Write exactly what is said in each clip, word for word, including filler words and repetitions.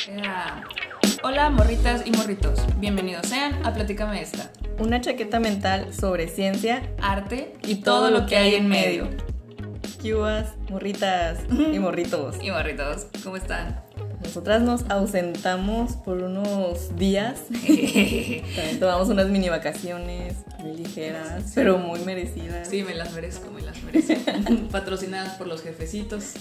Yeah. Hola morritas y morritos, bienvenidos sean a Platícame Esta. Una chaqueta mental sobre ciencia, arte y, y todo, todo lo que hay en medio. Cubas, morritas y morritos. Y morritos, ¿cómo están? Nosotras nos ausentamos por unos días. También tomamos unas mini vacaciones muy ligeras, sí, pero muy merecidas. Sí, me las merezco, me las merezco. Patrocinadas por los jefecitos.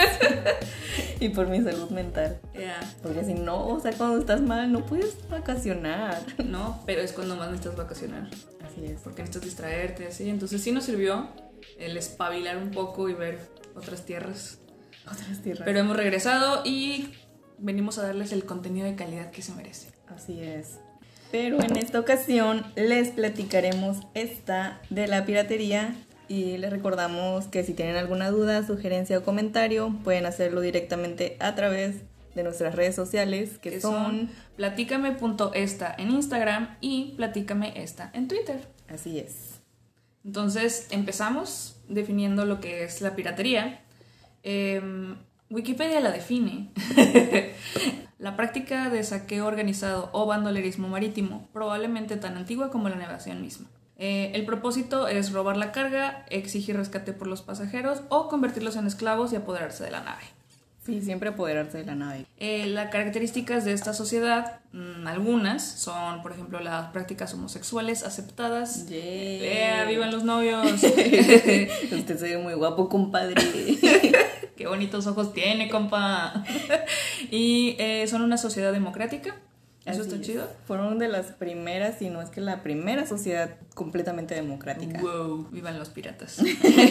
Y por mi salud mental. Yeah. Porque si no, o sea, cuando estás mal no puedes vacacionar. No, pero es cuando más necesitas vacacionar. Así es. Porque necesitas distraerte, así. Entonces sí nos sirvió el espabilar un poco y ver otras tierras. Otras tierras. Pero hemos regresado y venimos a darles el contenido de calidad que se merece. Así es. Pero en esta ocasión les platicaremos esta de la piratería y les recordamos que si tienen alguna duda, sugerencia o comentario pueden hacerlo directamente a través de nuestras redes sociales que, que son, son platícame punto esta en Instagram y platícame esta en Twitter. Así es. Entonces empezamos definiendo lo que es la piratería. Eh, Wikipedia la define. La práctica de saqueo organizado o bandolerismo marítimo, probablemente tan antigua como la navegación misma. Eh, el propósito es robar la carga, exigir rescate por los pasajeros o convertirlos en esclavos y apoderarse de la nave. Sí, siempre apoderarse de la nave. Eh, las características de esta sociedad, mmm, algunas son, por ejemplo, las prácticas homosexuales aceptadas. Yeah. Eh, ¡Vivan los novios! Usted se ve muy guapo, compadre. ¡Qué bonitos ojos tiene, compa! Y eh, son una sociedad democrática. Eso Así está es. chido. Fueron de las primeras, si no es que la primera sociedad completamente democrática. ¡Wow! ¡Vivan los piratas!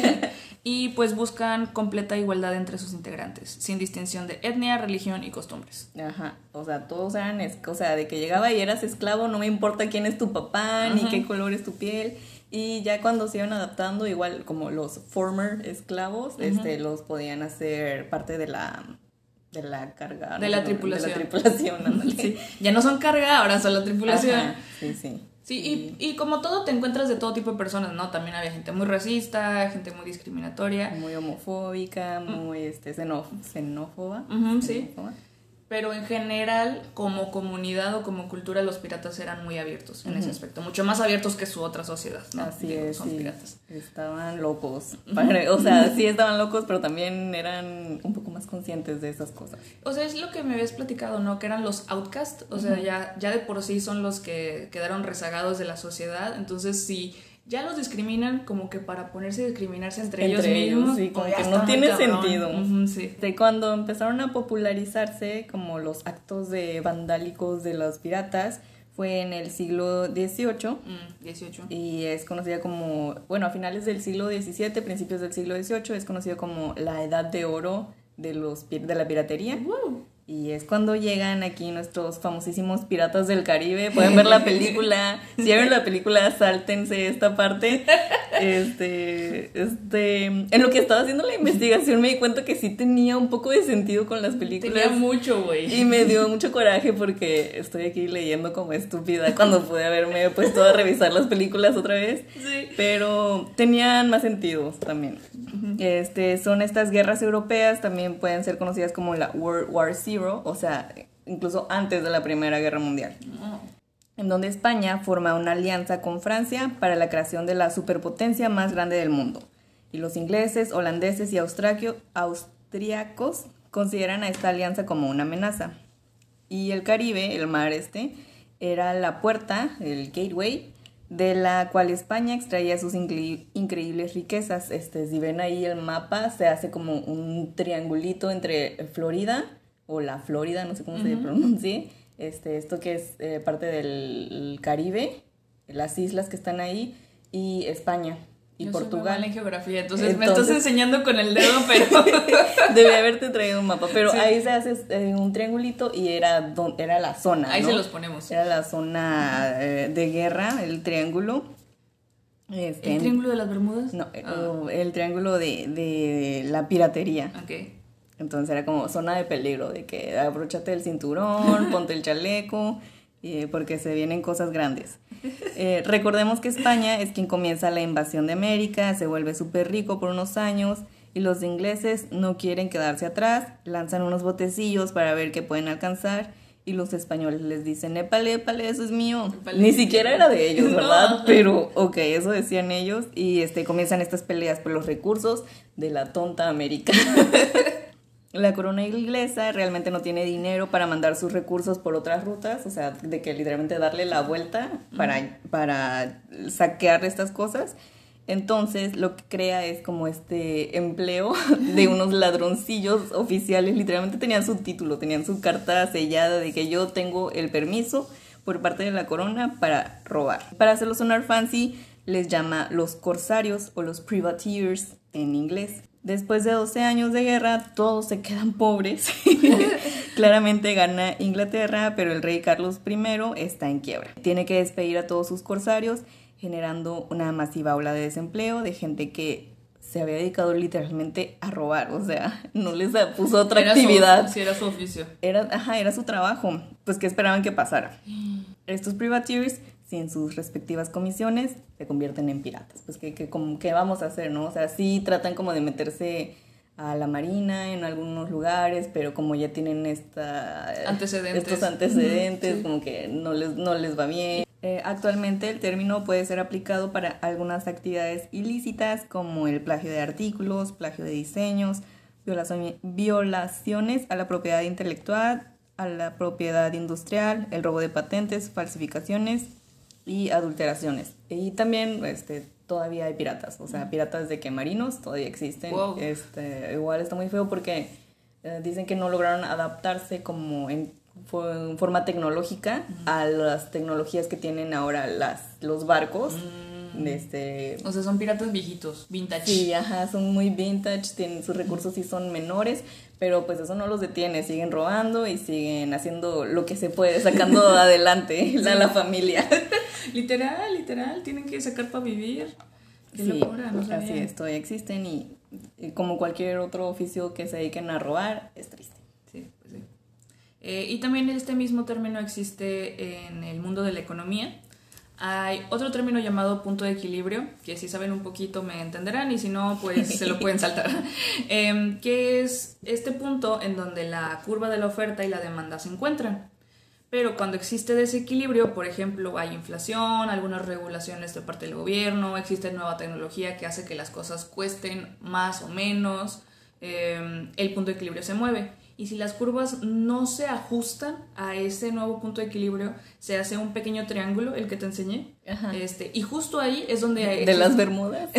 Y pues buscan completa igualdad entre sus integrantes, sin distinción de etnia, religión y costumbres. Ajá, o sea, todos eran, es- o sea, de que llegaba y eras esclavo, no me importa quién es tu papá, Ajá. ni qué color es tu piel. Y ya cuando se iban adaptando, igual como los former esclavos, Ujú. este, los podían hacer parte de la, de la carga. De ¿no? la tripulación. De la tripulación, ándale. Sí. Ya no son carga, ahora son la tripulación. Ajá, sí, sí. Sí, y, y como todo te encuentras de todo tipo de personas, ¿no? También había gente muy racista, gente muy discriminatoria. Muy homofóbica, muy este, xenóf- xenófoba. Ujú, sí. xenófoba. Pero en general, como comunidad o como cultura, los piratas eran muy abiertos en ese Ujú. aspecto. Mucho más abiertos que su otra sociedad, ¿no? Así Digo, es, son sí. piratas. Estaban locos. Para- o sea, sí estaban locos, pero también eran un poco más conscientes de esas cosas. O sea, es lo que me habías platicado, ¿no? Que eran los outcasts. O sea, Ujú. ya, ya de por sí son los que quedaron rezagados de la sociedad. Entonces, si ya los discriminan, como que para ponerse a discriminarse entre, Entre ellos ellos, mismos, sí, como pues ya que está no muy tiene cabrón. sentido. Ujú, sí. Este, cuando empezaron a popularizarse como los actos de vandálicos de los piratas, fue en el siglo dieciocho. Mm, dieciocho. Y es conocida como, bueno, a finales del siglo diecisiete, principios del siglo dieciocho, es conocido como la edad de oro de, los, pi- de la piratería. Wow. Y es cuando llegan aquí nuestros famosísimos piratas del Caribe. Pueden ver la película. Si vieron la película, sáltense esta parte. Este, este, en lo que estaba haciendo la investigación me di cuenta que sí tenía un poco de sentido con las películas. Tenía mucho, güey. Y me dio mucho coraje porque estoy aquí leyendo como estúpida cuando pude haberme puesto a revisar las películas otra vez. Sí. Pero tenían más sentido también. Este, son estas guerras europeas, también pueden ser conocidas como la World War Zero, o sea, incluso antes de la Primera Guerra Mundial, No. en donde España forma una alianza con Francia para la creación de la superpotencia más grande del mundo. Y los ingleses, holandeses y austraquio- austriacos consideran a esta alianza como una amenaza. Y el Caribe, el mar este, era la puerta, el gateway, de la cual España extraía sus incre- increíbles riquezas. Este, si ven ahí el mapa, se hace como un triangulito entre Florida, o la Florida, no sé cómo se Ujú. pronuncie, este, esto que es eh, parte del Caribe, las islas que están ahí, y España, y Yo soy muy Portugal. mala en geografía, entonces, me Entonces- estás enseñando con el dedo, pero... Debí haberte traído un mapa, pero Sí. ahí se hace eh, un triangulito y era, don- era la zona, Ahí ¿no? se los ponemos. Era la zona eh, de guerra, el triángulo. Este, ¿El triángulo de las Bermudas? No, eh, Ah, o el triángulo de, de la piratería. ok. Entonces era como zona de peligro, de que abróchate el cinturón, ponte el chaleco, eh, porque se vienen cosas grandes. Eh, recordemos que España es quien comienza la invasión de América, se vuelve súper rico por unos años Y los ingleses no quieren quedarse atrás, lanzan unos botecillos para ver qué pueden alcanzar. Y los españoles les dicen, épale, épale, eso es mío. Épale, Ni siquiera era de ellos, ¿verdad? No. Pero, ok, eso decían ellos. Y este, comienzan estas peleas por los recursos de la tonta América. La corona inglesa realmente no tiene dinero para mandar sus recursos por otras rutas. O sea, de que literalmente darle la vuelta para, uh-huh. para saquear estas cosas. Entonces, lo que crea es como este empleo de unos ladroncillos oficiales. Literalmente tenían su título, tenían su carta sellada de que yo tengo el permiso por parte de la corona para robar. Para hacerlo sonar fancy, les llama los corsarios o los privateers en inglés. Después de doce años de guerra, todos se quedan pobres. Claramente gana Inglaterra, pero el rey Carlos primero está en quiebra. Tiene que despedir a todos sus corsarios, generando una masiva ola de desempleo de gente que se había dedicado literalmente a robar, o sea, no les puso otra era actividad. Su, sí, era su oficio. Era, ajá, era su trabajo, pues ¿qué esperaban que pasara? Estos privateers, sin sus respectivas comisiones, se convierten en piratas. Pues ¿qué, qué, como, ¿qué vamos a hacer, no? O sea, sí tratan como de meterse a la marina en algunos lugares, pero como ya tienen esta, antecedentes. estos antecedentes, sí. como que no les, no les va bien. Eh, actualmente el término puede ser aplicado para algunas actividades ilícitas como el plagio de artículos, plagio de diseños, violación, violaciones a la propiedad intelectual, a la propiedad industrial, el robo de patentes, falsificaciones y adulteraciones. Y también este, todavía hay piratas, o sea, piratas de que marinos todavía existen. Wow. Este, igual está muy feo porque eh, dicen que no lograron adaptarse como en en forma tecnológica mm. a las tecnologías que tienen ahora las, los barcos. Mm. Este, o sea, son piratas viejitos, vintage. Sí, ajá, son muy vintage, tienen, sus recursos sí son menores, pero pues eso no los detiene, siguen robando y siguen haciendo lo que se puede, sacando adelante sí. a la familia. Literal, literal, tienen que sacar para vivir. Qué sí, locura, no sabía. Así es, todavía existen y, y como cualquier otro oficio que se dediquen a robar, es triste. Sí, pues sí. Eh, y también este mismo término existe en el mundo de la economía. Hay otro término llamado punto de equilibrio, que si saben un poquito me entenderán y si no, pues se lo pueden saltar. eh, que es este punto en donde la curva de la oferta y la demanda se encuentran. Pero cuando existe desequilibrio, por ejemplo, hay inflación, algunas regulaciones de parte del gobierno, existe nueva tecnología que hace que las cosas cuesten más o menos, eh, el punto de equilibrio se mueve. Y si las curvas no se ajustan a ese nuevo punto de equilibrio, se hace un pequeño triángulo, el que te enseñé. Ajá. Este, y justo ahí es donde hay... ¿De las Bermudas?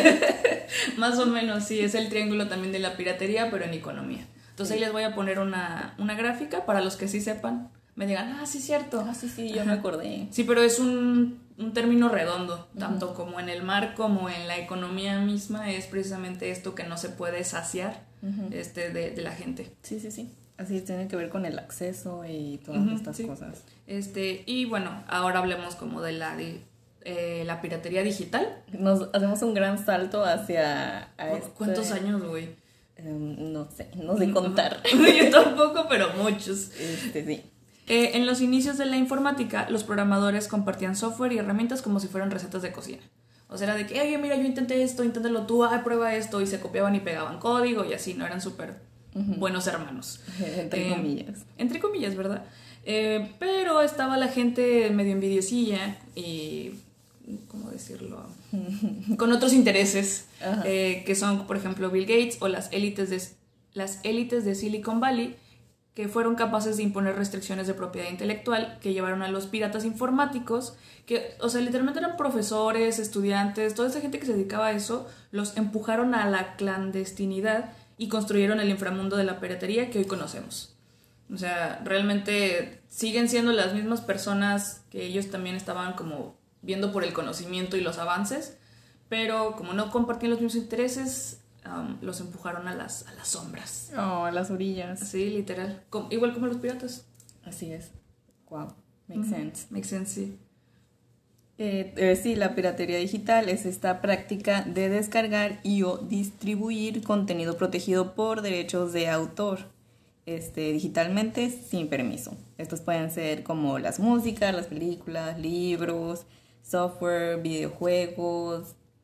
Más o menos, sí, es el triángulo también de la piratería, pero en economía. Entonces sí. Ahí les voy a poner una, una gráfica para los que sí sepan. Me digan, ah, sí, cierto. Ah, sí, sí, yo Ajá. me acordé. Sí, pero es un, un término redondo, uh-huh. tanto como en el mar como en la economía misma, es precisamente esto que no se puede saciar uh-huh. este, de, de la gente. Sí, sí, sí. Así tiene que ver con el acceso y todas uh-huh, estas sí. cosas. Este, y bueno, ahora hablemos como de la, de, eh, la piratería digital. Nos hacemos un gran salto hacia... A este... ¿Cuántos años, güey? Um, no sé, no sé contar. Yo tampoco, pero muchos. Este, sí. Eh, en los inicios de la informática, los programadores compartían software y herramientas como si fueran recetas de cocina. O sea, era de que, oye, mira, yo intenté esto, inténtalo tú, ah, prueba esto, y se copiaban y pegaban código y así, no eran súper uh-huh. buenos hermanos. Entre eh, comillas. Entre comillas, ¿verdad? Eh, pero estaba la gente medio envidiosilla y, ¿cómo decirlo? Con otros intereses, uh-huh. eh, que son, por ejemplo, Bill Gates o las élites de, las élites de Silicon Valley, que fueron capaces de imponer restricciones de propiedad intelectual que llevaron a los piratas informáticos, que, o sea, literalmente eran profesores, estudiantes, toda esa gente que se dedicaba a eso, los empujaron a la clandestinidad y construyeron el inframundo de la piratería que hoy conocemos. O sea, realmente siguen siendo las mismas personas que ellos también estaban como viendo por el conocimiento y los avances, pero como no compartían los mismos intereses, Um, los empujaron a las, a las sombras. Oh, a las orillas. Sí, literal. Como, igual como los piratas. Así es. Wow. Makes mm-hmm. sense. Makes sense, sí. Eh, eh, sí, la piratería digital es esta práctica de descargar y o distribuir contenido protegido por derechos de autor este, digitalmente sin permiso. Estos pueden ser como las músicas, las películas, libros, software, videojuegos,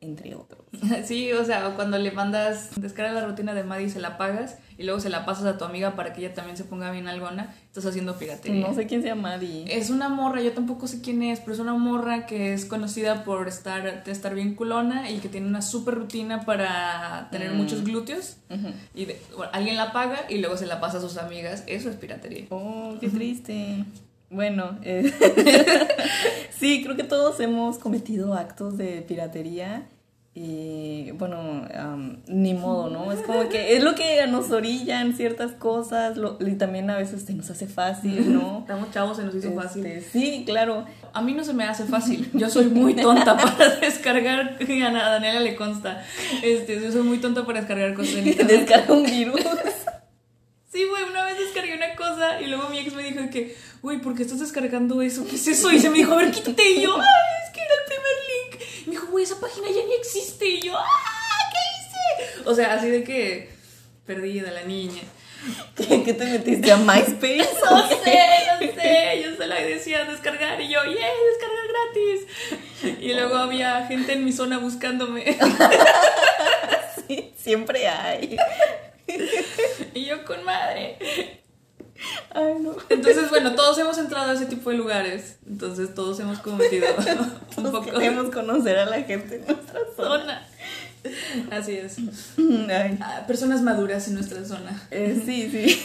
entre otros. Sí, o sea, cuando le mandas, descarga la rutina de Maddie y se la pagas y luego se la pasas a tu amiga para que ella también se ponga bien algona, estás haciendo piratería. No sé quién sea Maddie. Es una morra, yo tampoco sé quién es, pero es una morra que es conocida por estar, estar bien culona y que tiene una super rutina para tener mm. muchos glúteos. Uh-huh. Y de, bueno, alguien la paga y luego se la pasa a sus amigas. Eso es piratería. Oh, qué triste. Bueno, eh, sí, creo que todos hemos cometido actos de piratería y bueno, um, ni modo, ¿no? Es como que es lo que nos orillan ciertas cosas lo, y también a veces se nos hace fácil, ¿no? Estamos chavos, se nos hizo este, fácil. Sí, claro. A mí no se me hace fácil, yo soy muy tonta para descargar, a Daniela le consta, este, yo soy muy tonta para descargar cosas en internet. Descarga un virus. Sí, güey, una vez descargué una cosa y luego mi ex me dijo que, güey, ¿por qué estás descargando eso? ¿Qué es eso? Y se me dijo, a ver, quítate. Y yo, ay, es que era el primer link. Y me dijo, güey, esa página ya ni existe. Y yo, ah, ¿qué hice? O sea, así de que perdida la niña. ¿Qué, ¿Qué te metiste a MySpace? No sé, no sé. Yo se la decía descargar y yo, yeah, descargar gratis. Y luego había gente en mi zona buscándome. Sí, siempre hay. Y yo con madre. Ay, no. Entonces, bueno, todos hemos entrado a ese tipo de lugares. Entonces, todos hemos cometido un todos poco. Queremos conocer a la gente en nuestra zona. Así es. Ay. Ah, personas maduras en nuestra zona. Eh, sí, sí.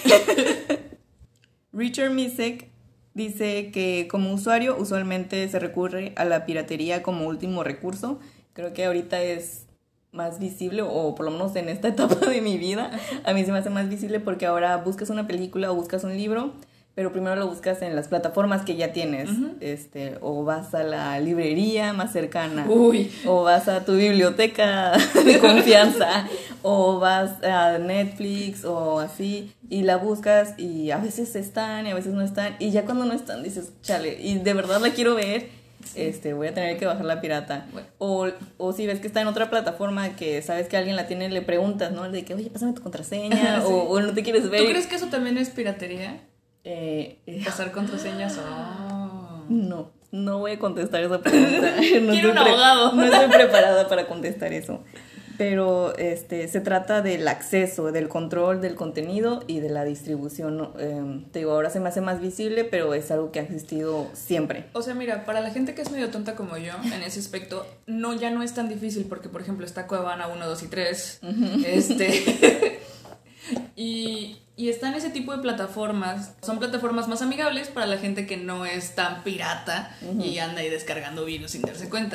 Richard Misek dice que como usuario usualmente se recurre a la piratería como último recurso. Creo que ahorita es más visible, o por lo menos en esta etapa de mi vida, a mí se me hace más visible porque ahora buscas una película o buscas un libro, pero primero lo buscas en las plataformas que ya tienes, uh-huh. este, o vas a la librería más cercana, Uy. o vas a tu biblioteca de confianza, o vas a Netflix o así, y la buscas y a veces están y a veces no están, y ya cuando no están dices, chale, y de verdad la quiero ver. Este, voy a tener que bajar la pirata. Bueno. O, o si ves que está en otra plataforma que sabes que alguien la tiene, le preguntas, ¿no? De que, oye, pásame tu contraseña. Sí. o, o no te quieres ver. ¿Tú crees que eso también es piratería? Eh, eh. ¿Pasar contraseñas o...? Oh. No, no voy a contestar esa pregunta. No Quiero un pre- abogado. No estoy preparada para contestar eso. Pero este, se trata del acceso, del control del contenido y de la distribución. Eh, te digo, ahora se me hace más visible, pero es algo que ha existido siempre. O sea, mira, para la gente que es medio tonta como yo, en ese aspecto, no, ya no es tan difícil porque, por ejemplo, está Cuevana uno, dos y tres. Uh-huh. Este... y, y están ese tipo de plataformas. Son plataformas más amigables para la gente que no es tan pirata uh-huh. y anda ahí descargando virus sin darse cuenta.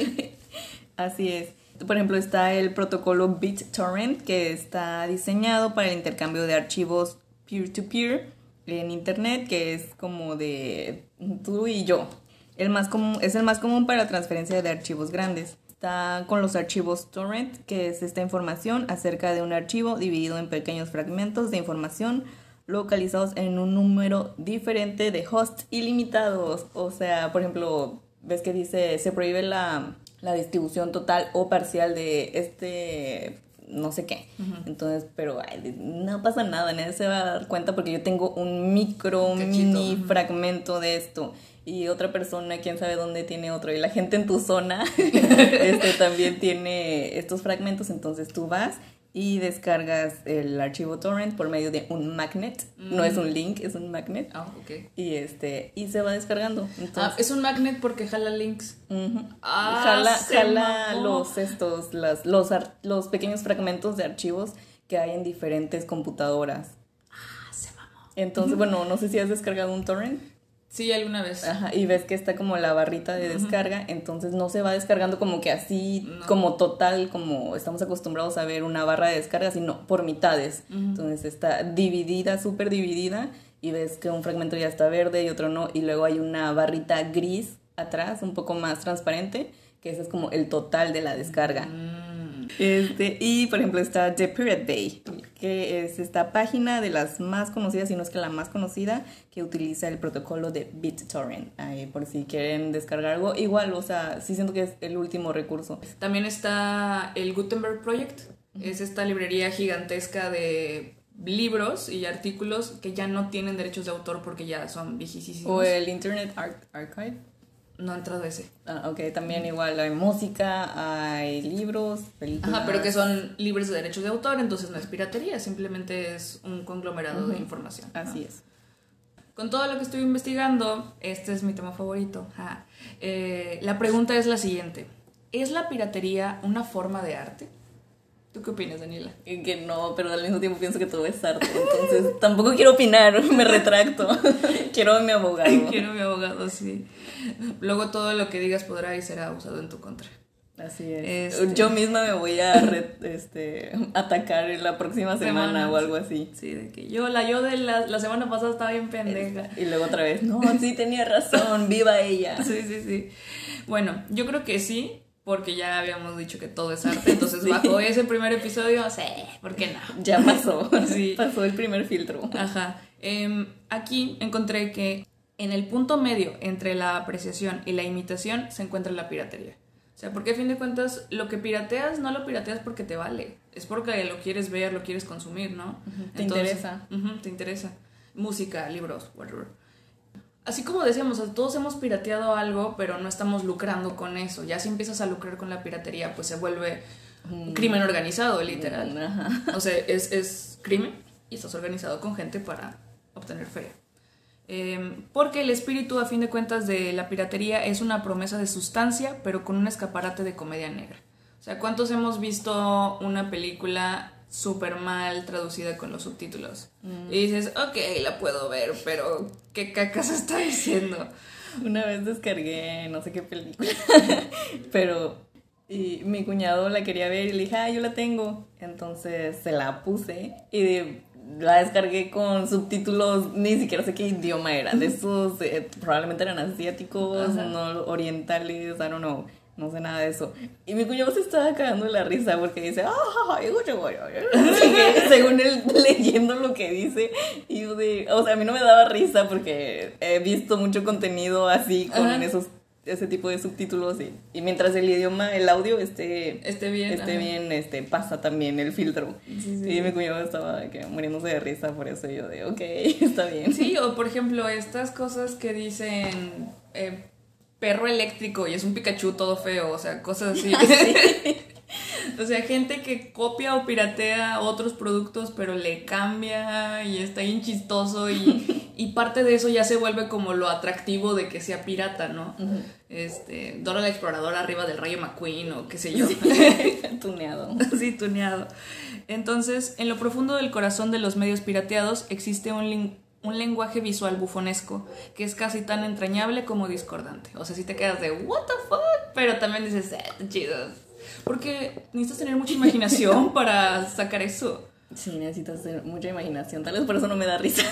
Así es. Por ejemplo, está el protocolo BitTorrent, que está diseñado para el intercambio de archivos peer-to-peer en internet, que es como de tú y yo. El más común, es el más común para la transferencia de archivos grandes. Está con los archivos torrent, que es esta información acerca de un archivo dividido en pequeños fragmentos de información localizados en un número diferente de hosts ilimitados. O sea, por ejemplo, ves que dice se prohíbe la... la distribución total o parcial de este no sé qué. Uh-huh. Entonces, pero ay, no pasa nada, nadie se va a dar cuenta porque yo tengo un micro, un mini uh-huh. fragmento de esto y otra persona, quién sabe dónde tiene otro, y la gente en tu zona este, también tiene estos fragmentos, entonces tú vas y descargas el archivo torrent por medio de un magnet. Mm. No es un link, es un magnet. Ah, oh, ok. Y este y se va descargando. Entonces, ah, es un magnet porque jala links. Uh-huh. Ah, jala jala los estos las, los los pequeños fragmentos de archivos que hay en diferentes computadoras. Ah, se mamó. Entonces, bueno, no sé si has descargado un torrent. Sí, alguna vez. Ajá, y ves que está como la barrita de descarga, uh-huh. entonces no se va descargando como que así, no. como total, como estamos acostumbrados a ver una barra de descarga, sino por mitades. Uh-huh. Entonces está dividida, súper dividida, y ves que un fragmento ya está verde y otro no, y luego hay una barrita gris atrás, un poco más transparente, que ese es como el total de la descarga. Uh-huh. Este, y por ejemplo está The Pirate Bay, que es esta página de las más conocidas, si no es que la más conocida, que utiliza el protocolo de BitTorrent. Ahí, por si quieren descargar algo, igual, o sea, sí siento que es el último recurso. También está el Gutenberg Project, uh-huh. es esta librería gigantesca de libros y artículos que ya no tienen derechos de autor porque ya son viejísimos. O el Internet Ar- Archive. no ha entrado ese. Ah, ok, también igual hay música, hay libros, películas. Ajá, pero que son libres de derechos de autor, entonces no es piratería, simplemente es un conglomerado uh-huh. de información. Así ¿no? es. Con todo lo que estoy investigando, este es mi tema favorito. Ah, eh, la pregunta es la siguiente: ¿es la piratería una forma de arte? ¿Tú qué opinas, Daniela? Que no, pero al mismo tiempo pienso que todo es arte, entonces tampoco quiero opinar, me retracto. Quiero a mi abogado. Quiero a mi abogado, sí. Luego todo lo que digas podrá y será usado en tu contra. Así es. Este... Yo misma me voy a re, este, atacar en la próxima semana, semana o algo así. Sí, de que yo, la yo de la, la semana pasada estaba bien pendeja. Y luego otra vez, no, sí tenía razón, viva ella. Sí, sí, sí. Bueno, yo creo que sí. Porque ya habíamos dicho que todo es arte, entonces sí. Bajo ese primer episodio, sí, ¿por qué no? Ya pasó, sí. Pasó el primer filtro. Ajá. Eh, aquí encontré que en el punto medio entre la apreciación y la imitación se encuentra la piratería. O sea, porque a fin de cuentas lo que pirateas no lo pirateas porque te vale, es porque lo quieres ver, lo quieres consumir, ¿no? Uh-huh. Te entonces, interesa. Uh-huh, te interesa. Música, libros, whatever. Así como decíamos, o sea, todos hemos pirateado algo, pero no estamos lucrando con eso. Ya si empiezas a lucrar con la piratería, pues se vuelve un crimen organizado, literal. Ajá. O sea, es, es crimen y estás organizado con gente para obtener feria. Eh, porque el espíritu, a fin de cuentas, de la piratería es una promesa de sustancia, pero con un escaparate de comedia negra. O sea, ¿cuántos hemos visto una película súper mal traducida con los subtítulos? Mm. Y dices, ok, la puedo ver, pero ¿qué caca se está diciendo? Una vez descargué no sé qué película, pero y mi cuñado la quería ver y le dije, ah, yo la tengo. Entonces se la puse y la descargué con subtítulos, ni siquiera sé qué idioma era, de esos, eh, probablemente eran asiáticos, uh-huh. no orientales, I don't know. No sé nada de eso. Y mi cuñado se estaba cagando de la risa porque dice, ah, según él leyendo lo que dice. Y yo de, o sea, a mí no me daba risa porque he visto mucho contenido así con ajá. esos ese tipo de subtítulos y, y mientras el idioma, el audio esté, esté bien, esté bien este, pasa también el filtro. Sí, sí. Y mi cuñado estaba que, muriéndose de risa por eso. Y yo de, ok, está bien. Sí, o por ejemplo, estas cosas que dicen... Eh, perro eléctrico y es un Pikachu todo feo, o sea, cosas así. Sí. O sea, gente que copia o piratea otros productos pero le cambia y está bien chistoso y, y parte de eso ya se vuelve como lo atractivo de que sea pirata, ¿no? Uh-huh. Este, Dora la Exploradora arriba del Rayo McQueen o qué sé yo. Sí. Tuneado. Sí, tuneado. Entonces, en lo profundo del corazón de los medios pirateados existe un link un lenguaje visual bufonesco que es casi tan entrañable como discordante. O sea, si te quedas de what the fuck, pero también dices, eh, chido. Porque necesitas tener mucha imaginación para sacar eso. Sí, necesitas tener mucha imaginación. Tal vez por eso no me da risa.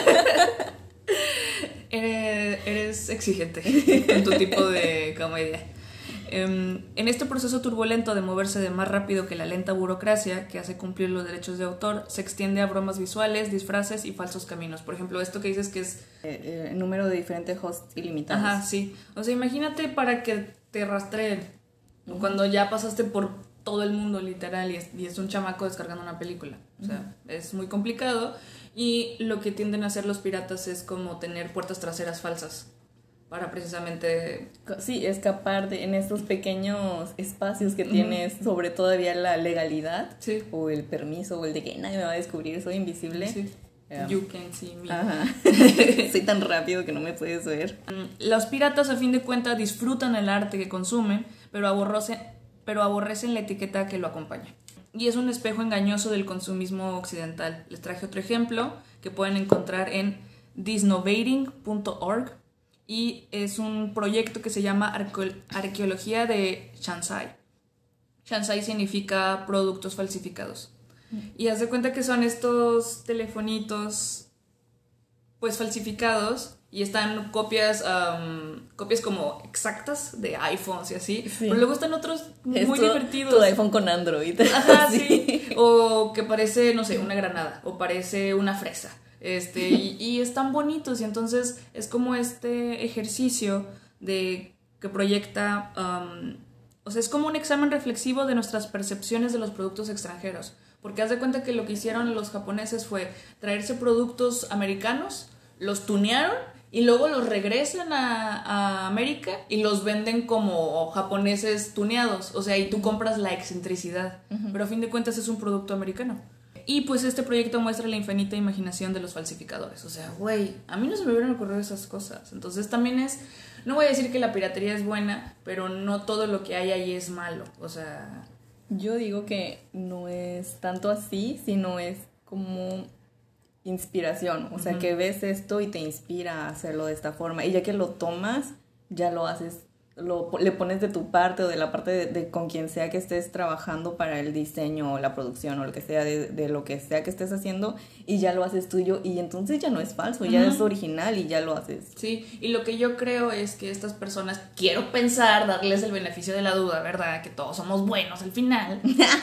eres, eres exigente en tu tipo de comedia. En este proceso turbulento de moverse de más rápido que la lenta burocracia que hace cumplir los derechos de autor, se extiende a bromas visuales, disfraces y falsos caminos. Por ejemplo, esto que dices que es... El, el número de diferentes hosts ilimitados. Ajá, sí. O sea, imagínate para que te rastreen uh-huh. cuando ya pasaste por todo el mundo, literal, y es, y es un chamaco descargando una película. O sea, uh-huh. es muy complicado. Y lo que tienden a hacer los piratas es como tener puertas traseras falsas. Para precisamente... Sí, escapar de, en estos pequeños espacios que tienes uh-huh. sobre todavía la legalidad sí. o el permiso o el de que nadie me va a descubrir, soy invisible. Sí. Um, you can see me. Ajá. Soy tan rápido que no me puedes ver. Los piratas a fin de cuentas disfrutan el arte que consumen, pero aborrecen, pero aborrecen la etiqueta que lo acompaña. Y es un espejo engañoso del consumismo occidental. Les traje otro ejemplo que pueden encontrar en disnovating punto org. Y es un proyecto que se llama Arque- Arqueología de Shansai. Shansai significa productos falsificados. Mm. Y haz de cuenta que son estos telefonitos pues falsificados y están copias um, copias como exactas de iPhones y así, sí. Pero luego están otros muy es tu, divertidos. Tu iPhone con Android. Ajá, sí. sí. O que parece, no sé, una granada o parece una fresa. Este, y, y están bonitos y entonces es como este ejercicio de que proyecta, um, o sea, es como un examen reflexivo de nuestras percepciones de los productos extranjeros, porque haz de cuenta que lo que hicieron los japoneses fue traerse productos americanos, los tunearon y luego los regresan a, a América y los venden como japoneses tuneados, o sea, y tú compras la excentricidad, uh-huh. pero a fin de cuentas es un producto americano. Y pues este proyecto muestra la infinita imaginación de los falsificadores. O sea, güey, a mí no se me hubieran ocurrido esas cosas. Entonces también es, no voy a decir que la piratería es buena, pero no todo lo que hay ahí es malo. O sea... Yo digo que no es tanto así, sino es como inspiración. O sea, uh-huh. que ves esto y te inspira a hacerlo de esta forma. Y ya que lo tomas, ya lo haces... Lo, le pones de tu parte o de la parte de, de con quien sea que estés trabajando para el diseño o la producción o lo que sea de, de lo que sea que estés haciendo y ya lo haces tuyo y entonces ya no es falso, uh-huh. ya es original y ya lo haces. Sí, y lo que yo creo es que estas personas, quiero pensar, darles el beneficio de la duda, ¿verdad? Que todos somos buenos al final.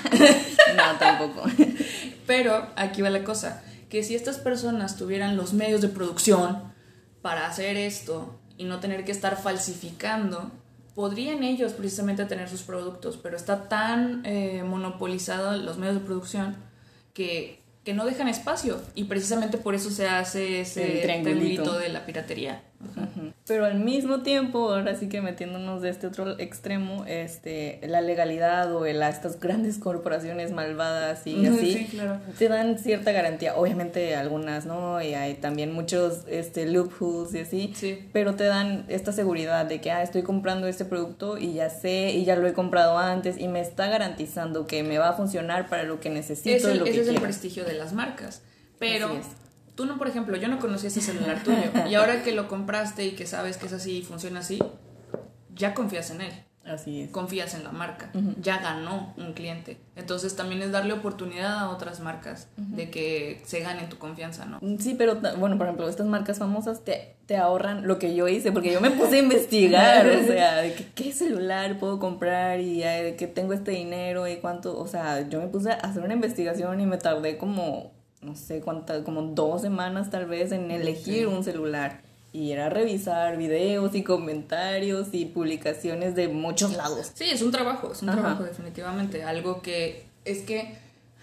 No, tampoco. Pero aquí va la cosa, que si estas personas tuvieran los medios de producción para hacer esto y no tener que estar falsificando, podrían ellos precisamente tener sus productos, pero está tan eh, monopolizado los medios de producción que, que no dejan espacio y precisamente por eso se hace ese triangulito de la piratería. Uh-huh. Pero al mismo tiempo, ahora sí que metiéndonos de este otro extremo, este, la legalidad o el, estas grandes corporaciones malvadas y así, sí, claro. te dan cierta garantía. Obviamente algunas no, y hay también muchos este, loopholes y así, sí. pero te dan esta seguridad de que ah, estoy comprando este producto y ya sé, y ya lo he comprado antes y me está garantizando que me va a funcionar para lo que necesito. Es el, y lo ese que es quiero. El prestigio de las marcas, pero... Tú no, por ejemplo, yo no conocía ese celular tuyo y ahora que lo compraste y que sabes que es así y funciona así, ya confías en él. Así es. Confías en la marca. Uh-huh. Ya ganó un cliente. Entonces también es darle oportunidad a otras marcas uh-huh. de que se ganen tu confianza, ¿no? Sí, pero bueno, por ejemplo, estas marcas famosas te, te ahorran lo que yo hice, porque yo me puse a investigar, o sea, de que, qué celular puedo comprar y de que tengo este dinero y cuánto, o sea, yo me puse a hacer una investigación y me tardé como... no sé cuántas, como dos semanas tal vez en elegir sí. un celular. Y era revisar videos y comentarios y publicaciones de muchos lados. Sí, es un trabajo, es un Ajá. trabajo definitivamente. Algo que es que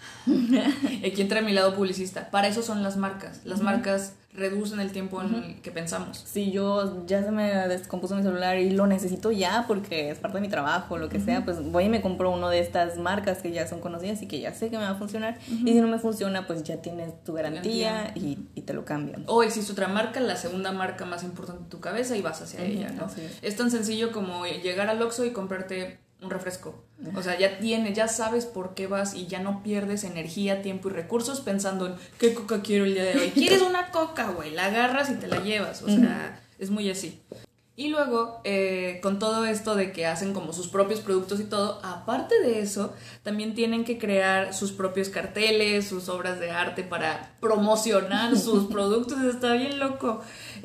aquí entra mi lado publicista. Para eso son las marcas. Las uh-huh. marcas reducen el tiempo en uh-huh. el que pensamos. Si yo ya se me descompuso mi celular y lo necesito ya porque es parte de mi trabajo, lo que uh-huh. sea, pues voy y me compro uno de estas marcas que ya son conocidas y que ya sé que me va a funcionar. Uh-huh. Y si no me funciona, pues ya tienes tu garantía y, y te lo cambian. O existe otra marca, la segunda marca más importante de tu cabeza y vas hacia uh-huh. ella, ¿no? Así es. Es tan sencillo como llegar al Oxxo y comprarte un refresco. O sea, ya tienes, ya sabes por qué vas y ya no pierdes energía, tiempo y recursos pensando en qué coca quiero el día de hoy. ¿Quieres una coca, güey? La agarras y te la llevas. O sea, uh-huh. es muy así. Y luego, eh, con todo esto de que hacen como sus propios productos y todo, aparte de eso, también tienen que crear sus propios carteles, sus obras de arte para promocionar sus productos. Está bien loco.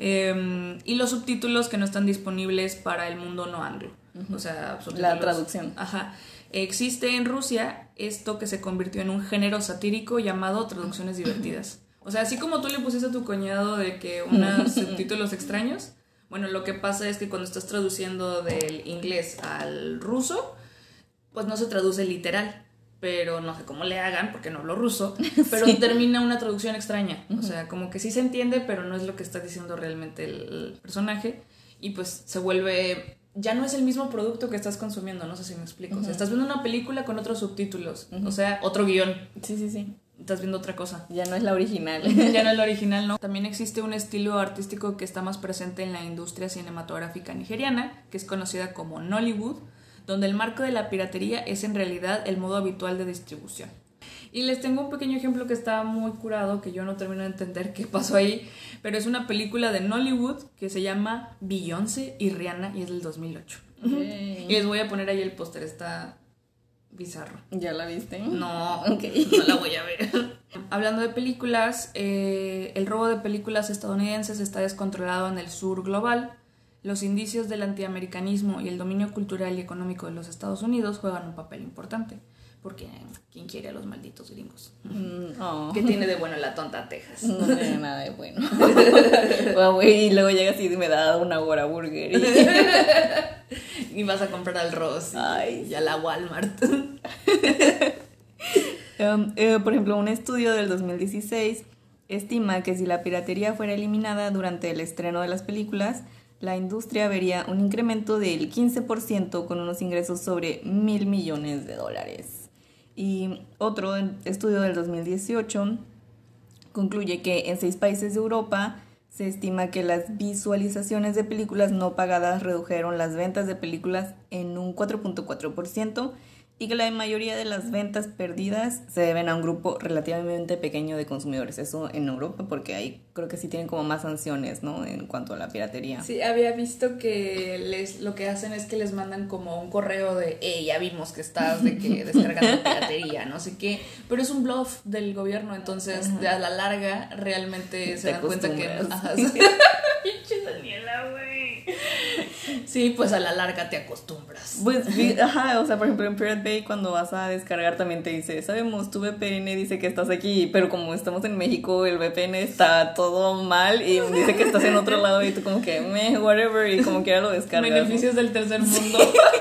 Eh, y los subtítulos que no están disponibles para el mundo no anglo. O sea, la traducción. Ajá. Existe en Rusia esto que se convirtió en un género satírico llamado traducciones divertidas. O sea, así como tú le pusiste a tu cuñado de que unos subtítulos extraños, bueno, lo que pasa es que cuando estás traduciendo del inglés al ruso, pues no se traduce literal, pero no sé cómo le hagan porque no hablo ruso, pero sí. termina una traducción extraña. O sea, como que sí se entiende, pero no es lo que está diciendo realmente el, el personaje y pues se vuelve... ya no es el mismo producto que estás consumiendo, no sé si me explico. Uh-huh. O sea, estás viendo una película con otros subtítulos, uh-huh. o sea, otro guión. Sí, sí, sí. Estás viendo otra cosa. Ya no es la original. Ya no es la original, ¿no? También existe un estilo artístico que está más presente en la industria cinematográfica nigeriana, que es conocida como Nollywood, donde el marco de la piratería es en realidad el modo habitual de distribución. Y les tengo un pequeño ejemplo que está muy curado, que yo no termino de entender qué pasó ahí, pero es una película de Nollywood que se llama Beyoncé y Rihanna y es del dos mil ocho. Okay. Y les voy a poner ahí el póster, está bizarro. ¿Ya la viste? No, okay. No la voy a ver. Hablando de películas, eh, el robo de películas estadounidenses está descontrolado en el sur global. Los indicios del antiamericanismo y el dominio cultural y económico de los Estados Unidos juegan un papel importante. Porque ¿quién quiere a los malditos gringos? Mm, oh. ¿Qué tiene de bueno la tonta Texas? No tiene nada de bueno. Bueno, y luego llegas y me da una Whora Burger. Y... y vas a comprar al Ross y, Ay, y a la Walmart. um, eh, por ejemplo, un estudio del dos mil dieciséis estima que si la piratería fuera eliminada durante el estreno de las películas, la industria vería un incremento del quince por ciento con unos ingresos sobre mil millones de dólares. Y otro estudio del dos mil dieciocho concluye que en seis países de Europa se estima que las visualizaciones de películas no pagadas redujeron las ventas de películas en un cuatro punto cuatro por ciento y que la mayoría de las ventas perdidas se deben a un grupo relativamente pequeño de consumidores. Eso en Europa, porque ahí creo que sí tienen como más sanciones, ¿no? En cuanto a la piratería. Sí, había visto que les lo que hacen es que les mandan como un correo de, hey, ya vimos que estás de que descargando piratería, no sé qué, pero es un bluff del gobierno, entonces ajá, a la larga realmente se dan cuenta que... Ajá, sí. Pinche Daniela, güey. Sí, pues a la larga te acostumbras. Pues, ajá, o sea, por ejemplo en Pirate Bay cuando vas a descargar también te dice, sabemos, tu V P N dice que estás aquí, pero como estamos en México, el V P N está todo mal y dice que estás en otro lado y tú como que, meh, whatever, y como quiera lo descargas. Beneficios del tercer mundo.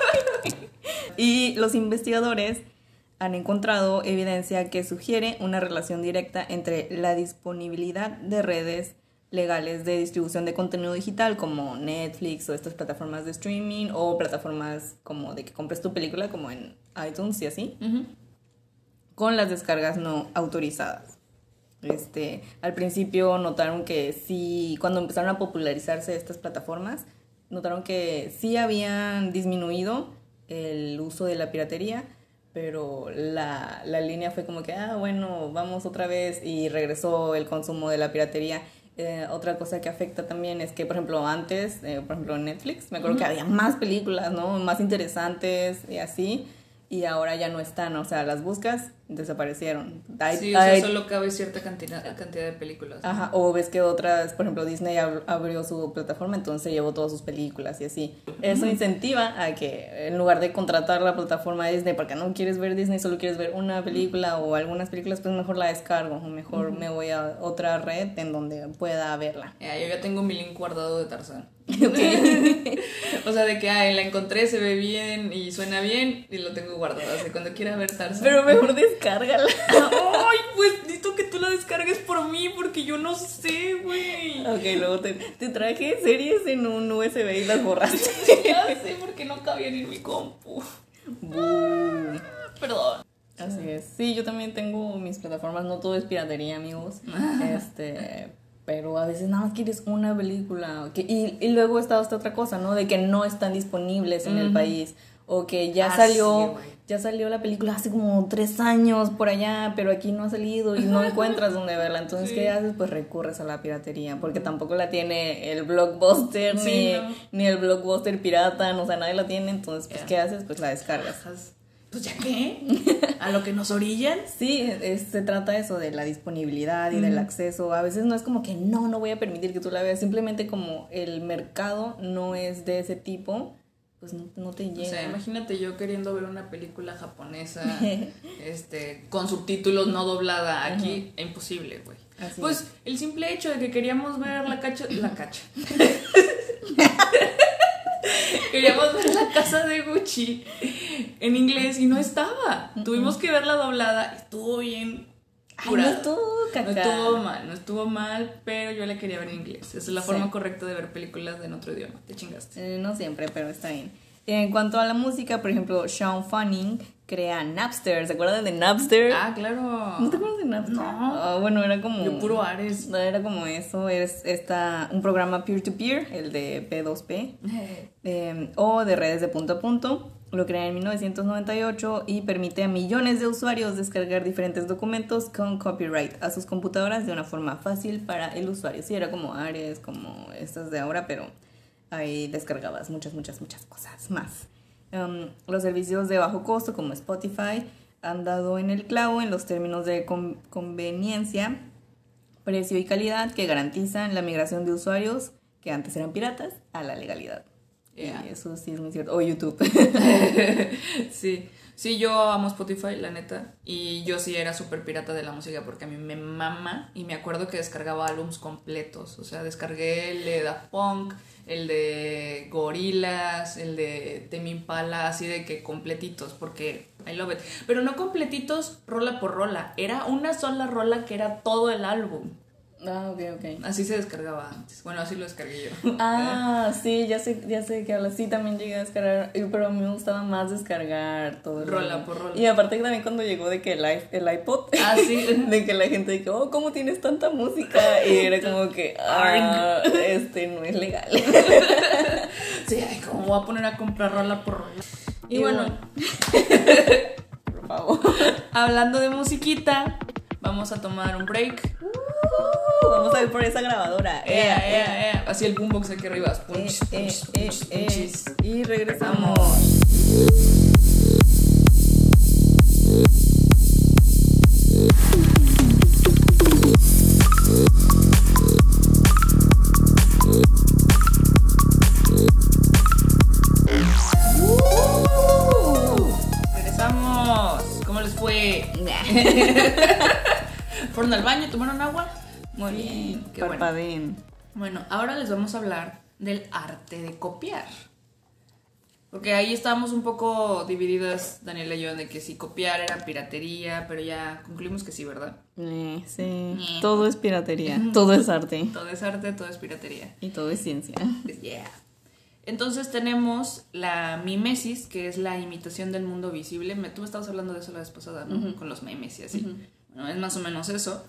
Y los investigadores han encontrado evidencia que sugiere una relación directa entre la disponibilidad de redes legales de distribución de contenido digital como Netflix o estas plataformas de streaming o plataformas como de que compres tu película como en iTunes y así, uh-huh, con las descargas no autorizadas. Este, al principio notaron que sí, cuando empezaron a popularizarse estas plataformas, notaron que sí habían disminuido el uso de la piratería, pero la, la línea fue como que, ah, bueno, vamos otra vez, y regresó el consumo de la piratería. Eh, otra cosa que afecta también es que, por ejemplo, antes, eh, por ejemplo, en Netflix, me acuerdo uh-huh, que había más películas, ¿no? Más interesantes y así, y ahora ya no están, o sea, las buscas, desaparecieron. Hay, sí, o sea, hay... solo cabe cierta cantidad, cantidad de películas. Ajá, o ves que otras, por ejemplo, Disney ab- abrió su plataforma, entonces llevó todas sus películas y así. Uh-huh. Eso incentiva a que en lugar de contratar la plataforma de Disney porque no quieres ver Disney, solo quieres ver una película o algunas películas, pues mejor la descargo, o mejor uh-huh, me voy a otra red en donde pueda verla. Yeah, yo ya tengo mi link guardado de Tarzán. Okay. O sea, de que ay, la encontré, se ve bien y suena bien y lo tengo guardado, así cuando quiera ver Tarzán. Pero mejor descárgala. Ay, pues necesito que tú la descargues por mí porque yo no sé, güey. Ok, luego te, te traje series en un U S B y las borraste. Ya sé, porque no cabían en mi compu. Buh. Perdón. Así es. Sí, yo también tengo mis plataformas, no todo es piratería, amigos. Este... Pero a veces nada más quieres una película. Que, y, y luego está esta otra cosa, ¿no? De que no están disponibles en uh-huh, el país. O que ya ah, salió sí, ya salió la película hace como tres años por allá, pero aquí no ha salido y no encuentras dónde verla. Entonces, sí, ¿qué haces? Pues recurres a la piratería. Porque tampoco la tiene el Blockbuster, sí, ni, no, ni el Blockbuster pirata. No, o sea, nadie la tiene. Entonces, pues, yeah, ¿qué haces? Pues la descargas. Pues ya qué, a lo que nos orillan. Sí, es, se trata eso de la disponibilidad y mm. del acceso. A veces no es como que no, no voy a permitir que tú la veas. Simplemente como el mercado no es de ese tipo, pues no, no te llega. O sea, imagínate yo queriendo ver una película japonesa este, con subtítulos no doblada aquí, uh-huh, imposible, güey. Pues es. El simple hecho de que queríamos ver la cacha, la cacha. Queríamos ver La Casa de Gucci en inglés y no estaba. Uh-huh. Tuvimos que verla doblada. Estuvo bien curada. Ay, no estuvo caca. No estuvo mal, no estuvo mal, pero yo la quería ver en inglés. Esa es la sí. forma correcta de ver películas en otro idioma. Te chingaste. Eh, no siempre, pero está bien. En cuanto a la música, por ejemplo, Sean Fanning crea Napster. ¿Se acuerdan de Napster? Ah, claro. ¿No te acuerdas de Napster? No. Oh, bueno, era como... Yo puro Ares. Era como eso. Es esta, un programa peer-to-peer, el de P dos P. eh, o de redes de punto a punto. Lo crea en mil novecientos noventa y ocho y permite a millones de usuarios descargar diferentes documentos con copyright a sus computadoras de una forma fácil para el usuario. Sí, era como Ares, como estas de ahora, pero... ahí descargabas muchas, muchas, muchas cosas más. Um, los servicios de bajo costo como Spotify han dado en el clavo en los términos de con- conveniencia, precio y calidad que garantizan la migración de usuarios que antes eran piratas a la legalidad. Yeah. Y eso sí es muy cierto. O YouTube. Sí. Sí, yo amo Spotify, la neta. Y yo sí era súper pirata de la música porque a mí me mama. Y me acuerdo que descargaba álbums completos. O sea, descargué el de Daft Punk, el de Gorillaz, el de Tame Impala, así de que completitos, porque I love it. Pero no completitos rola por rola. Era una sola rola que era todo el álbum. Ah, ok, ok. Así se descargaba antes. Bueno, así lo descargué yo. Ah, sí, ya sé, ya sé de qué hablas. Sí, también llegué a descargar, eh, pero a mí me gustaba más descargar todo el Rola álbum. por rola. Y aparte también cuando llegó de que el, i- el iPod, Ah, sí. de que la gente de que, oh, ¿cómo tienes tanta música? Y era como que, ah, este no es legal. Sí, ay, ¿cómo voy a poner a comprar rola por rola? Y, Y bueno, por favor. hablando de musiquita, vamos a tomar un break. Uh, vamos a ir por esa grabadora. Ea, ea, ea. Así el boombox aquí arriba. Eh, Punch, eh, punch, eh, punch, eh. punchis. Y regresamos. Regresamos. ¿Cómo les fue? ¿Fueron al baño? ¿Tomaron agua? Muy Sí, bien. Qué bueno. parpadeen. Bueno, ahora les vamos a hablar del arte de copiar. Porque ahí estábamos un poco divididas, Daniela y yo, de que si copiar era piratería, pero ya concluimos que sí, ¿verdad? Eh, sí, Eh. todo es piratería, todo es arte Todo es arte, todo es piratería. y todo es ciencia. Yeah. Entonces tenemos la mimesis, que es la imitación del mundo visible. Me, tú me estabas hablando de eso la vez pasada, ¿no? Uh-huh. Con los memes y así. Uh-huh. Bueno, es más o menos eso.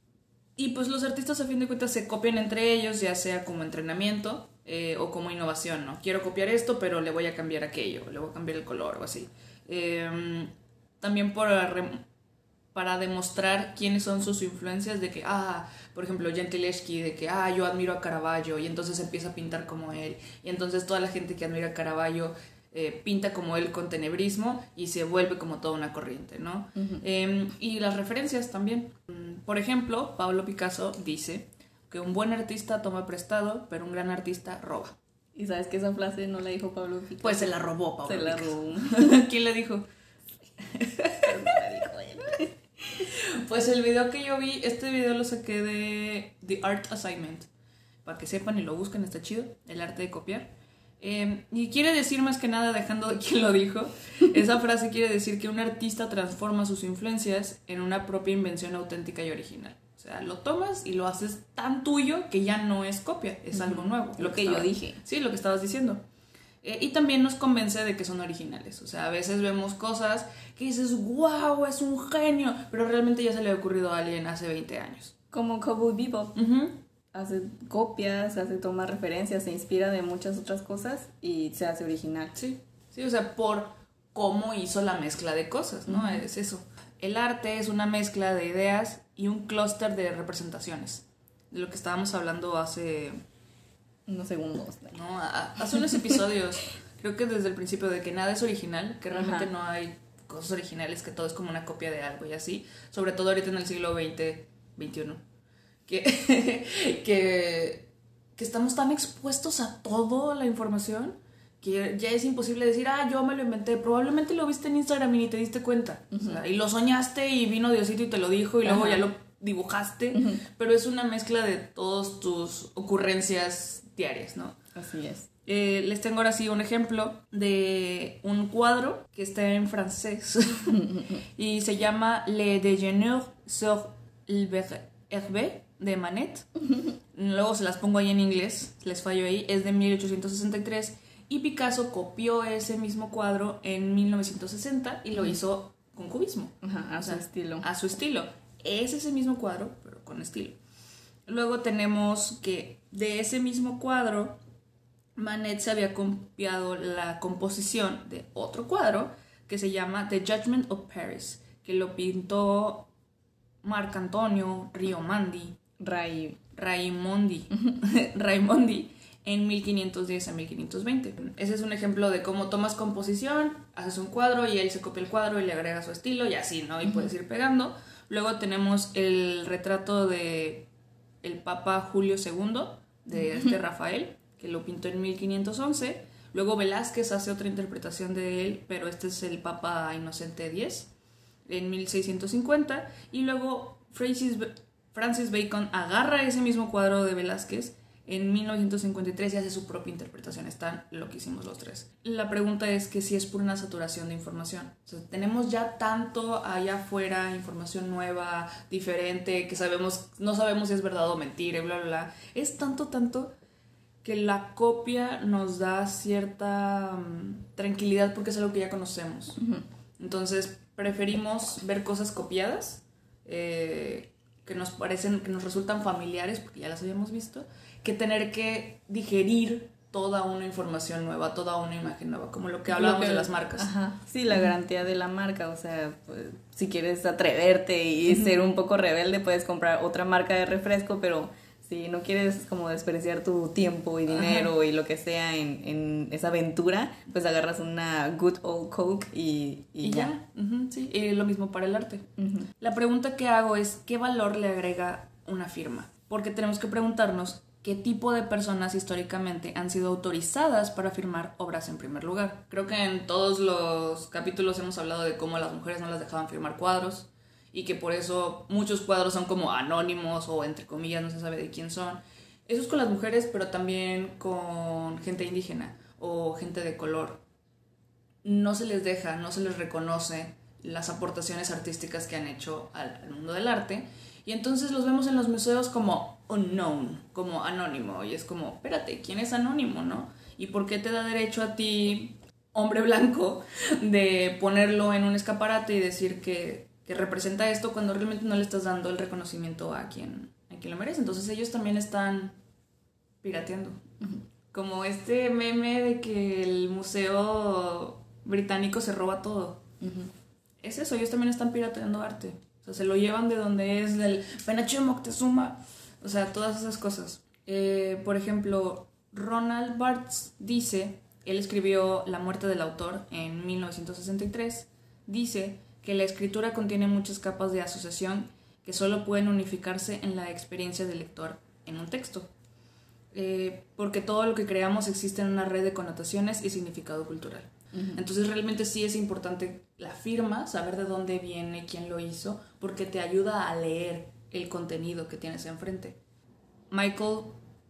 Y pues los artistas a fin de cuentas se copian entre ellos, ya sea como entrenamiento eh, o como innovación, ¿no? Quiero copiar esto, pero le voy a cambiar aquello, le voy a cambiar el color o así. Eh, también por re- para demostrar quiénes son sus influencias, de que, ah, por ejemplo, Gentileschi, de que, ah, yo admiro a Caravaggio, y entonces empieza a pintar como él, y entonces toda la gente que admira a Caravaggio eh, pinta como él con tenebrismo y se vuelve como toda una corriente, ¿no? Uh-huh. Eh, y las referencias también. Por ejemplo, Pablo Picasso dice que un buen artista toma prestado, pero un gran artista roba. ¿Y sabes que esa frase no la dijo Pablo Picasso? Pues se la robó Pablo Se la Picasso. robó. ¿Quién le dijo? Pero no la dijo él. Pues el video que yo vi, este video lo saqué de The Art Assignment. Para que sepan y lo busquen, está chido. El arte de copiar. Eh, y quiere decir más que nada, dejando de quién lo dijo, esa frase quiere decir que un artista transforma sus influencias en una propia invención auténtica y original. O sea, lo tomas y lo haces tan tuyo que ya no es copia, es algo nuevo. Lo que yo estaba- dije. Sí, lo que estabas diciendo. Eh, y también nos convence de que son originales. O sea, a veces vemos cosas que dices, wow, es un genio, pero realmente ya se le ha ocurrido a alguien hace veinte años. Como Cowboy Bebop. Ujú. Hace copias, hace toma referencias, se inspira de muchas otras cosas y se hace original. Sí, sí, o sea, por cómo hizo la mezcla de cosas, ¿no? Ujú. Es eso. El arte es una mezcla de ideas y un clúster de representaciones. De lo que estábamos hablando hace, Unos segundos. ¿no? A- hace unos episodios. Creo que desde el principio de que nada es original, que realmente Ajá. no hay cosas originales, que todo es como una copia de algo y así. Sobre todo ahorita en el siglo veinte, veintiuno. Que, que, que estamos tan expuestos a toda la información que ya es imposible decir, ah, yo me lo inventé. Probablemente lo viste en Instagram y ni te diste cuenta. Uh-huh. O sea, y lo soñaste y vino Diosito y te lo dijo y luego Ajá. ya lo dibujaste. Uh-huh. Pero es una mezcla de todas tus ocurrencias diarias, ¿no? Así es. Eh, les tengo ahora sí un ejemplo de un cuadro que está en francés y se llama Le Déjeuner sur l'herbe de Manet. Luego se las pongo ahí en inglés, les fallo ahí. Es de mil ochocientos sesenta y tres y Picasso copió ese mismo cuadro en mil novecientos sesenta y lo hizo con cubismo. Ajá, a O su sea, estilo. A su estilo. Es ese mismo cuadro, pero con estilo. Luego tenemos que de ese mismo cuadro Manet se había copiado la composición de otro cuadro que se llama The Judgment of Paris, que lo pintó Marc Antonio Raimondi, Ray. Raimondi, Raimondi en mil quinientos diez a mil quinientos veinte. Ese es un ejemplo de cómo tomas composición, haces un cuadro y él se copia el cuadro y le agrega su estilo y así, ¿no? Y uh-huh. puedes ir pegando. Luego tenemos el retrato de el Papa Julio segundo de este Rafael, que lo pintó en mil quinientos once. Luego Velázquez hace otra interpretación de él, pero este es el Papa Inocente X, en mil seiscientos cincuenta. Y luego Francis, Francis Bacon agarra ese mismo cuadro de Velázquez en mil novecientos cincuenta y tres y hace su propia interpretación. Están loquísimos los tres. La pregunta es que si es por una saturación de información. O sea, tenemos ya tanto allá afuera, información nueva, diferente, que sabemos, no sabemos si es verdad o mentira, y bla, bla, bla. Es tanto, tanto que la copia nos da cierta um, tranquilidad porque es algo que ya conocemos. Uh-huh. Entonces, preferimos ver cosas copiadas, eh, que nos parecen, que nos resultan familiares porque ya las habíamos visto, que tener que digerir toda una información nueva, toda una imagen nueva, como lo que hablábamos lo que, de las marcas. Ajá. Sí, la uh-huh. garantía de la marca, o sea, pues, si quieres atreverte y uh-huh. ser un poco rebelde, puedes comprar otra marca de refresco, pero si no quieres como desperdiciar tu tiempo y dinero Ajá. y lo que sea en, en esa aventura, pues agarras una good old Coke y, y, y ya. ya. Uh-huh, sí, y lo mismo para el arte. Uh-huh. La pregunta que hago es, ¿qué valor le agrega una firma? Porque tenemos que preguntarnos qué tipo de personas históricamente han sido autorizadas para firmar obras en primer lugar. Creo que en todos los capítulos hemos hablado de cómo a las mujeres no las dejaban firmar cuadros, y que por eso muchos cuadros son como anónimos o entre comillas no se sabe de quién son. Eso es con las mujeres, pero también con gente indígena o gente de color. No se les deja, no se les reconoce las aportaciones artísticas que han hecho al, al mundo del arte, y entonces los vemos en los museos como unknown, como anónimo, y es como, espérate, ¿quién es anónimo, no? ¿Y por qué te da derecho a ti, hombre blanco, de ponerlo en un escaparate y decir que que representa esto cuando realmente no le estás dando el reconocimiento a quien, a quien lo merece? Entonces ellos también están pirateando. Uh-huh. Como este meme de que el museo británico se roba todo. Uh-huh. Es eso, ellos también están pirateando arte. O sea, se lo llevan de donde es del Penacho de Moctezuma. O sea, todas esas cosas. Eh, por ejemplo, Ronald Barthes dice, él escribió La muerte del autor en mil novecientos sesenta y tres, dice que la escritura contiene muchas capas de asociación que solo pueden unificarse en la experiencia del lector en un texto, eh, porque todo lo que creamos existe en una red de connotaciones y significado cultural. Uh-huh. Entonces realmente sí es importante la firma, saber de dónde viene, quién lo hizo, porque te ayuda a leer el contenido que tienes enfrente. Michael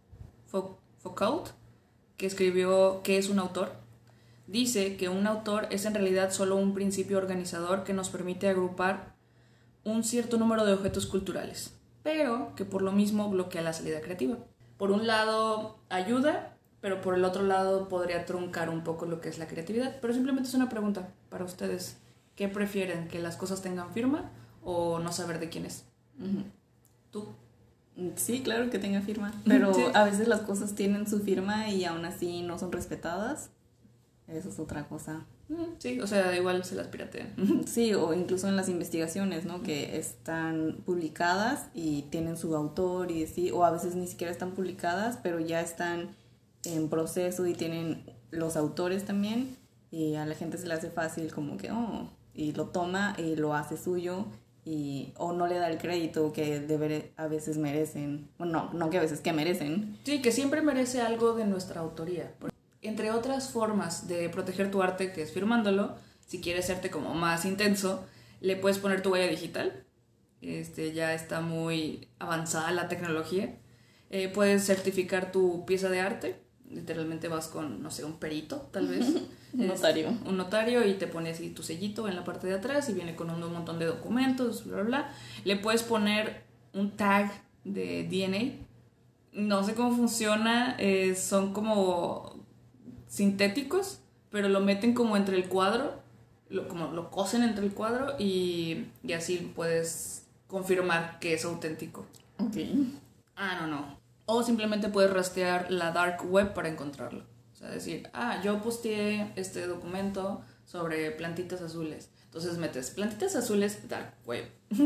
Foucault, que escribió ¿Qué es un autor?, dice que un autor es en realidad solo un principio organizador que nos permite agrupar un cierto número de objetos culturales, pero que por lo mismo bloquea la salida creativa. Por un lado ayuda, pero por el otro lado podría truncar un poco lo que es la creatividad. Pero simplemente es una pregunta para ustedes. ¿Qué prefieren? ¿Que las cosas tengan firma o no saber de quién es? Uh-huh. ¿Tú? Sí, claro que tenga firma, pero sí. A veces las cosas tienen su firma y aún así no son respetadas. Eso es otra cosa. Sí, o sea, igual se las piratean. Sí, o incluso en las investigaciones, ¿no? Que están publicadas y tienen su autor y sí, o a veces ni siquiera están publicadas, pero ya están en proceso y tienen los autores también, y a la gente se le hace fácil como que, oh, y lo toma y lo hace suyo, y o no le da el crédito que debe, a veces merecen. Bueno, no, no que a veces que merecen. Sí, que siempre merece algo de nuestra autoría. Entre otras formas de proteger tu arte, que es firmándolo, si quieres hacerte como más intenso, le puedes poner tu huella digital. Este, ya está muy avanzada la tecnología. Eh, puedes certificar tu pieza de arte. Literalmente vas con, no sé, un perito, tal vez. un notario. Es, un notario, y te pones así tu sellito en la parte de atrás y viene con un, un montón de documentos, bla, bla, bla. Le puedes poner un tag de D N A. No sé cómo funciona, eh, son como sintéticos, pero lo meten como entre el cuadro, lo, como lo cosen entre el cuadro y, y así puedes confirmar que es auténtico. Ok. Ah, no, no. O simplemente puedes rastrear la dark web para encontrarlo. O sea, decir, ah, yo posteé este documento sobre plantitas azules. Entonces metes plantitas azules dark web.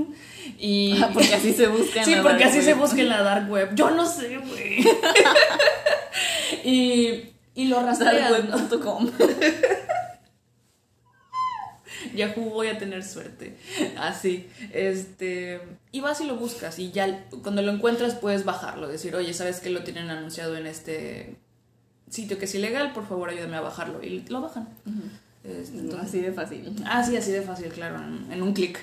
Y ah, porque así se busca en sí, la porque dark así web. se busca en la dark web. Yo no sé, güey. y, y lo rastreas. dark web punto com. Yahoo, voy a tener suerte. Así, este, y vas y lo buscas, y ya cuando lo encuentras puedes bajarlo, decir, oye, ¿sabes que lo tienen anunciado en este sitio que es ilegal? Por favor, ayúdame a bajarlo, y lo bajan. Uh-huh. Este, entonces, así de fácil. Ah, sí, así de fácil, claro, en, en un clic.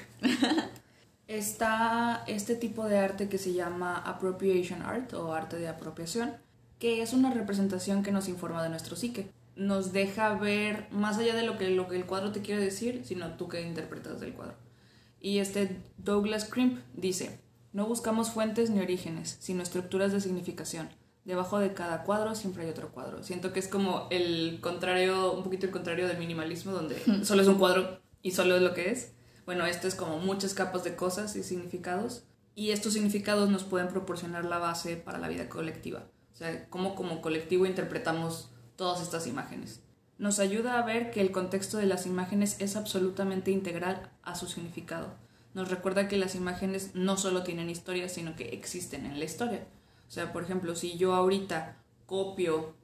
Está este tipo de arte que se llama appropriation art, o arte de apropiación. que es una representación que nos informa de nuestro psique. Nos deja ver más allá de lo que, lo que el cuadro te quiere decir, sino tú que interpretas del cuadro. Y este Douglas Crimp dice: no buscamos fuentes ni orígenes, sino estructuras de significación. Debajo de cada cuadro siempre hay otro cuadro. Siento que es como el contrario, un poquito el contrario del minimalismo, donde solo es un cuadro y solo es lo que es. Bueno, esto es como muchas capas de cosas y significados, y estos significados nos pueden proporcionar la base para la vida colectiva. O sea, cómo como colectivo interpretamos todas estas imágenes. Nos ayuda a ver que el contexto de las imágenes es absolutamente integral a su significado. Nos recuerda que las imágenes no solo tienen historia, sino que existen en la historia. O sea, por ejemplo, si yo ahorita copio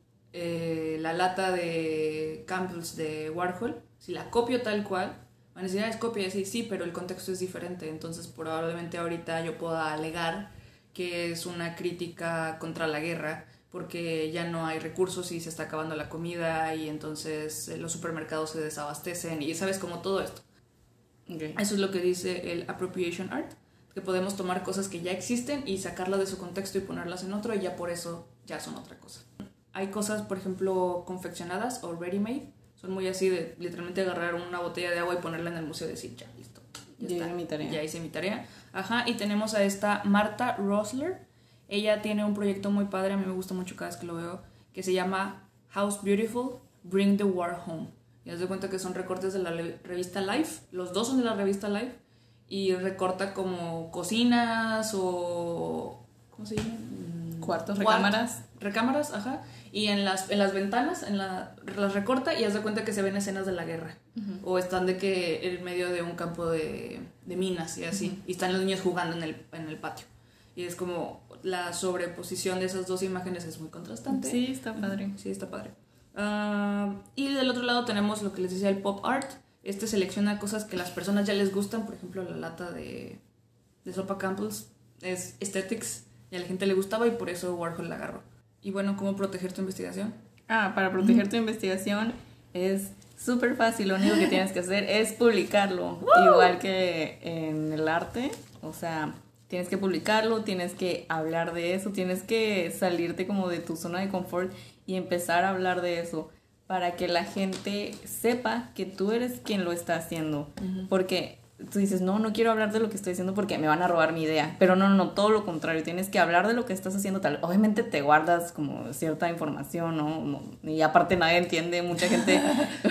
eh, la lata de Campbell's de Warhol, si la copio tal cual, van a decir, ah, es copia, y decir, sí, pero el contexto es diferente. Entonces probablemente ahorita yo pueda alegar que es una crítica contra la guerra, porque ya no hay recursos y se está acabando la comida y entonces los supermercados se desabastecen y sabes, como todo esto. Okay. Eso es lo que dice el appropriation art, que podemos tomar cosas que ya existen y sacarlas de su contexto y ponerlas en otro, y ya por eso ya son otra cosa. Hay cosas, por ejemplo, confeccionadas o ready-made, son muy así de literalmente agarrar una botella de agua y ponerla en el museo y decir, ya, listo, ya, ya está, mi tarea. Ya hice mi tarea. Ajá, y tenemos a esta Martha Rosler. Ella tiene un proyecto muy padre, a mí me gusta mucho cada vez que lo veo, que se llama House Beautiful, Bring the War Home. Y haz de cuenta que son recortes de la revista Life, los dos son de la revista Life, y recorta como cocinas o... ¿cómo se llama? Cuartos, recámaras. Cuartos, recámaras, ajá. Y en las, en las ventanas en la, las recorta y haz de cuenta que se ven escenas de la guerra. Uh-huh. O están de que en medio de un campo de, de minas y así. Uh-huh. Y están los niños jugando en el, en el patio. Y es como la sobreposición de esas dos imágenes es muy contrastante. Sí, está padre. Sí, está padre. Uh, y del otro lado tenemos lo que les decía, el pop art. Este selecciona cosas que a las personas ya les gustan. Por ejemplo, la lata de, de sopa Campbell's es aesthetics y a la gente le gustaba y por eso Warhol la agarró. Y bueno, ¿cómo proteger tu investigación? Ah, para proteger tu investigación es súper fácil. Lo único que tienes que hacer es publicarlo. ¡Woo! Igual que en el arte. O sea, tienes que publicarlo, tienes que hablar de eso, tienes que salirte como de tu zona de confort y empezar a hablar de eso para que la gente sepa que tú eres quien lo está haciendo. Uh-huh. Porque tú dices, no, no quiero hablar de lo que estoy haciendo porque me van a robar mi idea. Pero no, no, todo lo contrario. Tienes que hablar de lo que estás haciendo tal. Obviamente te guardas como cierta información, ¿no? Y aparte nadie entiende. Mucha gente,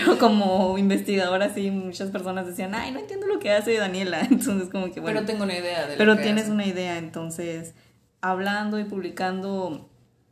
como investigadora, sí, muchas personas decían, ay, no entiendo lo que hace Daniela. Entonces como que, bueno. Pero tengo una idea de lo Pero que tienes hace. una idea. Entonces, hablando y publicando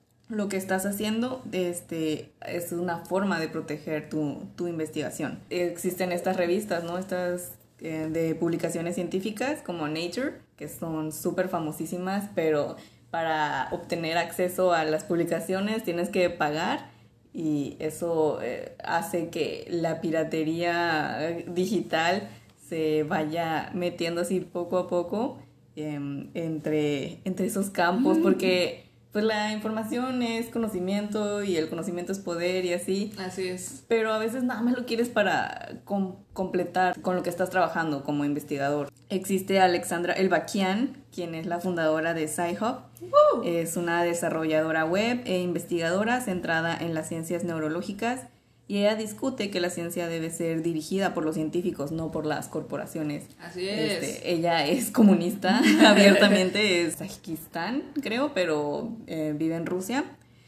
lo que estás haciendo, este, es una forma de proteger tu, tu investigación. Existen estas revistas, ¿no? Estas de publicaciones científicas como Nature, que son súper famosísimas, pero para obtener acceso a las publicaciones tienes que pagar y eso eh, hace que la piratería digital se vaya metiendo así poco a poco eh, entre, entre esos campos, porque pues la información es conocimiento y el conocimiento es poder y así. Así es. Pero a veces nada más lo quieres para com- completar con lo que estás trabajando como investigador. Existe Alexandra Elbakian, quien es la fundadora de Sci-Hub. Uh. Es una desarrolladora web e investigadora centrada en las ciencias neurológicas y ella discute que la ciencia debe ser dirigida por los científicos, no por las corporaciones. Así es. Este, ella es comunista, abiertamente, es Tajikistán, creo, pero eh, vive en Rusia.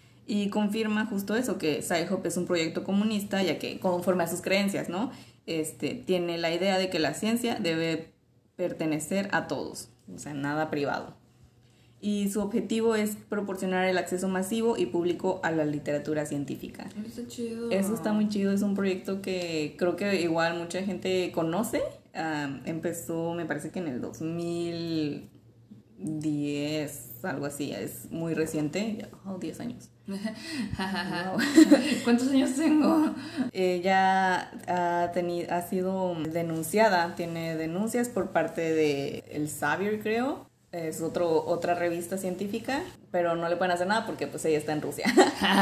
Y confirma justo eso, que Sci-Hub es un proyecto comunista, ya que conforme a sus creencias, ¿no? Este, tiene la idea de que la ciencia debe pertenecer a todos, o sea, nada privado. Y su objetivo es proporcionar el acceso masivo y público a la literatura científica. Está chido. Eso está muy chido, es un proyecto que creo que igual mucha gente conoce. Um, empezó, me parece que en el dos mil diez, algo así, es muy reciente, oh, diez años. Wow. ¿Cuántos años tengo? Ella ha, tenido, ha sido denunciada, tiene denuncias por parte de El Xavier, creo, es otro, otra revista científica, pero no le pueden hacer nada porque pues ella está en Rusia.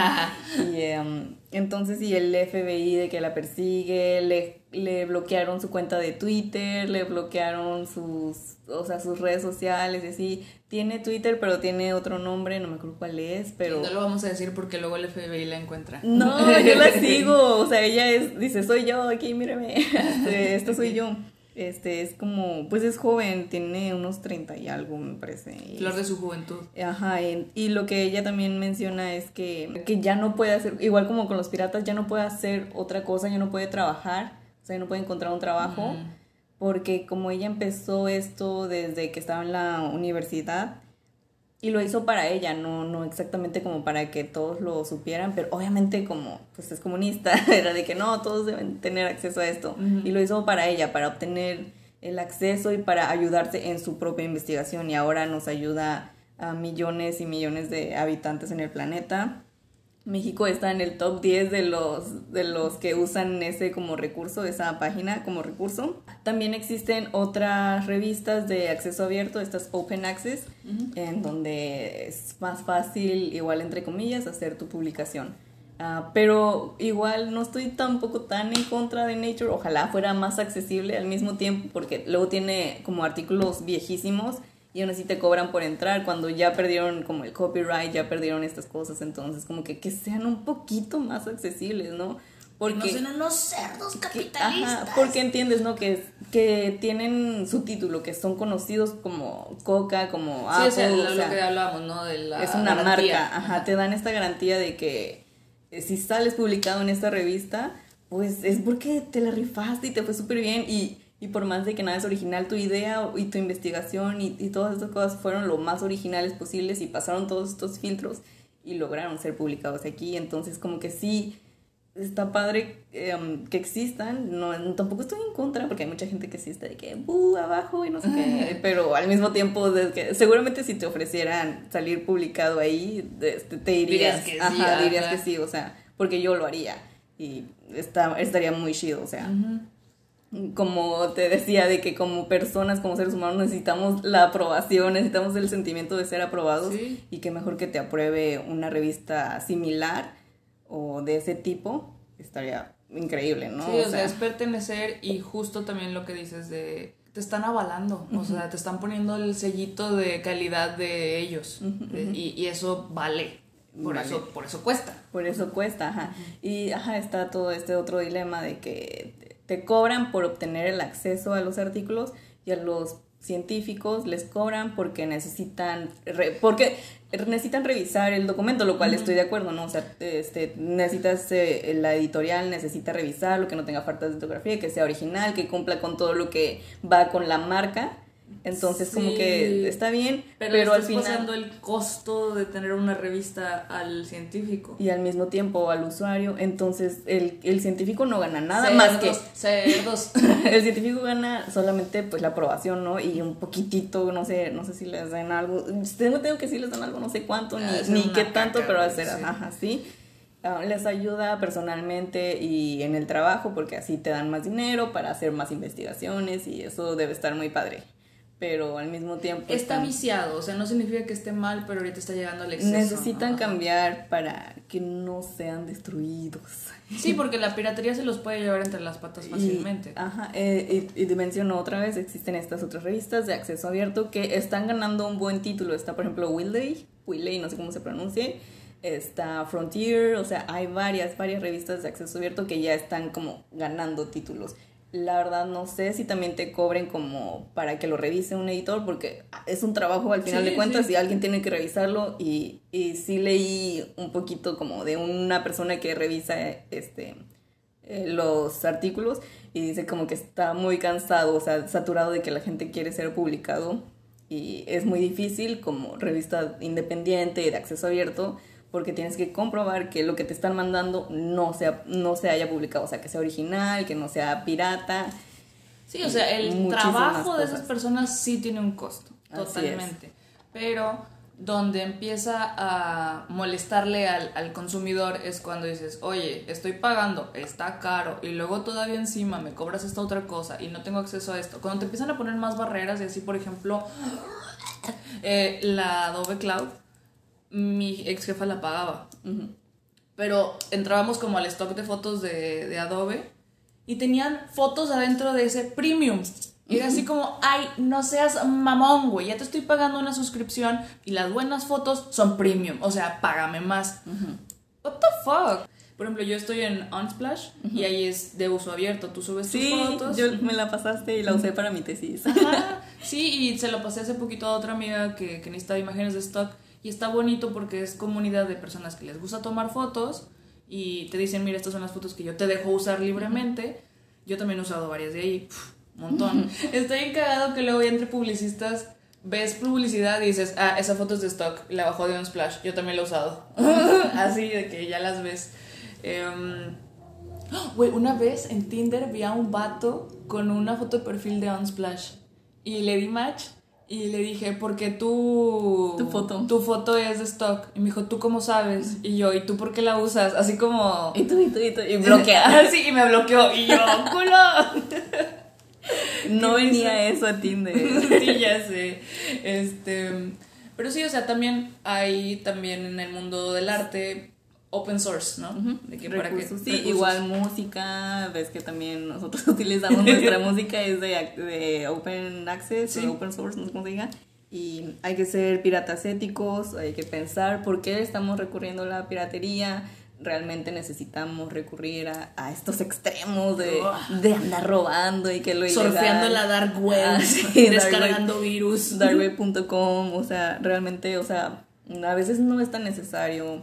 y um, entonces, y el F B I de que la persigue, le, le bloquearon su cuenta de Twitter, le bloquearon sus, o sea, sus redes sociales y así. Tiene Twitter, pero tiene otro nombre, no me acuerdo cuál es, pero... Y no lo vamos a decir porque luego el F B I la encuentra. No, yo la sigo, o sea, ella es, dice, soy yo, aquí, mírame, este, esta soy yo. Este, es como, pues es joven, tiene unos treinta y algo, me parece. Flor de su juventud. Ajá, y, y lo que ella también menciona es que, que ya no puede hacer, igual como con los piratas, ya no puede hacer otra cosa, ya no puede trabajar, o sea, ya no puede encontrar un trabajo, mm. porque como ella empezó esto desde que estaba en la universidad, y lo hizo para ella, no, no exactamente como para que todos lo supieran, pero obviamente como pues es comunista, era de que no, todos deben tener acceso a esto. Uh-huh. Y lo hizo para ella, para obtener el acceso y para ayudarse en su propia investigación. Y ahora nos ayuda a millones y millones de habitantes en el planeta. México está en el top diez de los, de los que usan ese como recurso, esa página como recurso. También existen otras revistas de acceso abierto, estas Open Access, uh-huh. en donde es más fácil, igual entre comillas, hacer tu publicación. Uh, pero igual no estoy tampoco tan en contra de Nature, ojalá fuera más accesible al mismo tiempo, porque luego tiene como artículos viejísimos y aún así te cobran por entrar cuando ya perdieron como el copyright, ya perdieron estas cosas, entonces como que, que sean un poquito más accesibles, ¿no? Porque no sean unos cerdos capitalistas. Que, ajá, porque entiendes, ¿no? Que, que tienen su título, que son conocidos como Coca, como sí, Apple. O sea, lo, o sea, lo que hablábamos, ¿no? De la es una garantía. marca, ajá, ajá, te dan esta garantía de que si sales publicado en esta revista, pues es porque te la rifaste y te fue súper bien y... Y por más de que nada es original, tu idea y tu investigación y, y todas estas cosas fueron lo más originales posibles y pasaron todos estos filtros y lograron ser publicados aquí. Entonces como que sí, está padre eh, um, que existan. No, tampoco estoy en contra porque hay mucha gente que sí está de que ¡buh! Abajo y no sé qué. Pero al mismo tiempo, de que, seguramente si te ofrecieran salir publicado ahí, te, te dirías, dirías que sí. Ajá, dirías que sí, o sea, porque yo lo haría y está, estaría muy chido, o sea. Uh-huh. Como te decía, de que como personas, como seres humanos necesitamos la aprobación, necesitamos el sentimiento de ser aprobados, sí. Y que mejor que te apruebe una revista similar o de ese tipo, estaría increíble, ¿no? Sí, o, o sea, sea, es pertenecer y justo también lo que dices de... te están avalando, uh-huh. O sea, te están poniendo el sellito de calidad de ellos, uh-huh. de, y, y eso vale. Por, vale. eso, por eso cuesta. Por eso cuesta, ajá. Uh-huh. Y ajá, está todo este otro dilema de que te cobran por obtener el acceso a los artículos y a los científicos les cobran porque necesitan re, porque necesitan revisar el documento, lo cual uh-huh. estoy de acuerdo, ¿no? O sea, este, necesitas, eh, la editorial necesita revisar lo que no tenga faltas de ortografía, que sea original, que cumpla con todo lo que va con la marca. Entonces, sí, como que está bien, pero, pero al estás final pasando el costo de tener una revista al científico y al mismo tiempo al usuario. Entonces el, el científico no gana nada cerdos, más que cerdos. El científico gana solamente pues la aprobación, ¿no? Y un poquitito, no sé, no sé si les dan algo. Tengo, tengo que sí les dan algo, no sé cuánto, ah, ni, ni qué caca, tanto, pero hacer, sí. Ajá, sí. Uh, les ayuda personalmente y en el trabajo porque así te dan más dinero para hacer más investigaciones y eso debe estar muy padre. Pero al mismo tiempo está están, viciado, o sea, no significa que esté mal, pero ahorita está llegando al exceso. Necesitan, ¿no?, Ajá. cambiar para que no sean destruidos. Sí, porque la piratería se los puede llevar entre las patas fácilmente. Y, ajá, eh, y, y te menciono otra vez, existen estas otras revistas de acceso abierto que están ganando un buen título. Está, por ejemplo, Wiley, Wiley, no sé cómo se pronuncie. Está Frontier, o sea, hay varias, varias revistas de acceso abierto que ya están como ganando títulos. La verdad no sé si también te cobren como para que lo revise un editor, porque es un trabajo al final sí, de cuentas sí. Y alguien tiene que revisarlo y, y sí leí un poquito como de una persona que revisa este eh, los artículos y dice como que está muy cansado, o sea, saturado de que la gente quiere ser publicado y es muy difícil como revista independiente de acceso abierto porque tienes que comprobar que lo que te están mandando no sea, no se haya publicado, o sea, que sea original, que no sea pirata. Sí, o sea, el trabajo de esas personas sí tiene un costo, totalmente. Pero donde empieza a molestarle al, al consumidor es cuando dices, oye, estoy pagando, está caro, y luego todavía encima me cobras esta otra cosa y no tengo acceso a esto. Cuando te empiezan a poner más barreras y así, por ejemplo... Eh, la Adobe Cloud, mi ex jefa la pagaba. Uh-huh. Pero entrábamos como al stock de fotos de, de Adobe y tenían fotos adentro de ese premium. Y era así como, ay, no seas mamón, güey, ya te estoy pagando una suscripción y las buenas fotos son premium, o sea, págame más. Uh-huh. What the fuck? Por ejemplo, yo estoy en Unsplash uh-huh. y ahí es de uso abierto, tú subes sí, tus fotos. Sí, yo me la pasaste y la usé para mi tesis. Ajá, sí, y se lo pasé hace poquito a otra amiga que, que necesitaba imágenes de stock y está bonito porque es comunidad de personas que les gusta tomar fotos y te dicen, mira, estas son las fotos que yo te dejo usar libremente. Yo también he usado varias de ahí, pff, un montón. Estoy encagado que luego entre publicistas ves publicidad y dices, ah, esa foto es de stock, la bajó de Unsplash, yo también la he usado. Así de que ya las ves. Güey, um, una vez en Tinder vi a un vato con una foto de perfil de Unsplash y le di match y le dije, ¿por qué tú, tu foto tu foto es de stock? Y me dijo, ¿tú cómo sabes? Y yo, ¿y tú por qué la usas? Así como... Y tú, y tú, y tú, y bloquea. Sí, y me bloqueó y yo, culo. No venía eso a Tinder. Sí, ya sé. Este, pero sí, o sea, también hay también en el mundo del arte open source, ¿no? Uh-huh. De que recursos, para que, sí, recursos. Igual música, ves que también nosotros utilizamos nuestra música es de, de open access, sí. o open source, no sé cómo se diga. Y hay que ser piratas éticos, hay que pensar por qué estamos recurriendo a la piratería. Realmente necesitamos recurrir a, a estos extremos de, oh. de andar robando y que lo ilegal. Surfeando la dark web, ah, sí, descargando dark web, virus. dark web punto com, o sea, realmente, o sea, a veces no es tan necesario.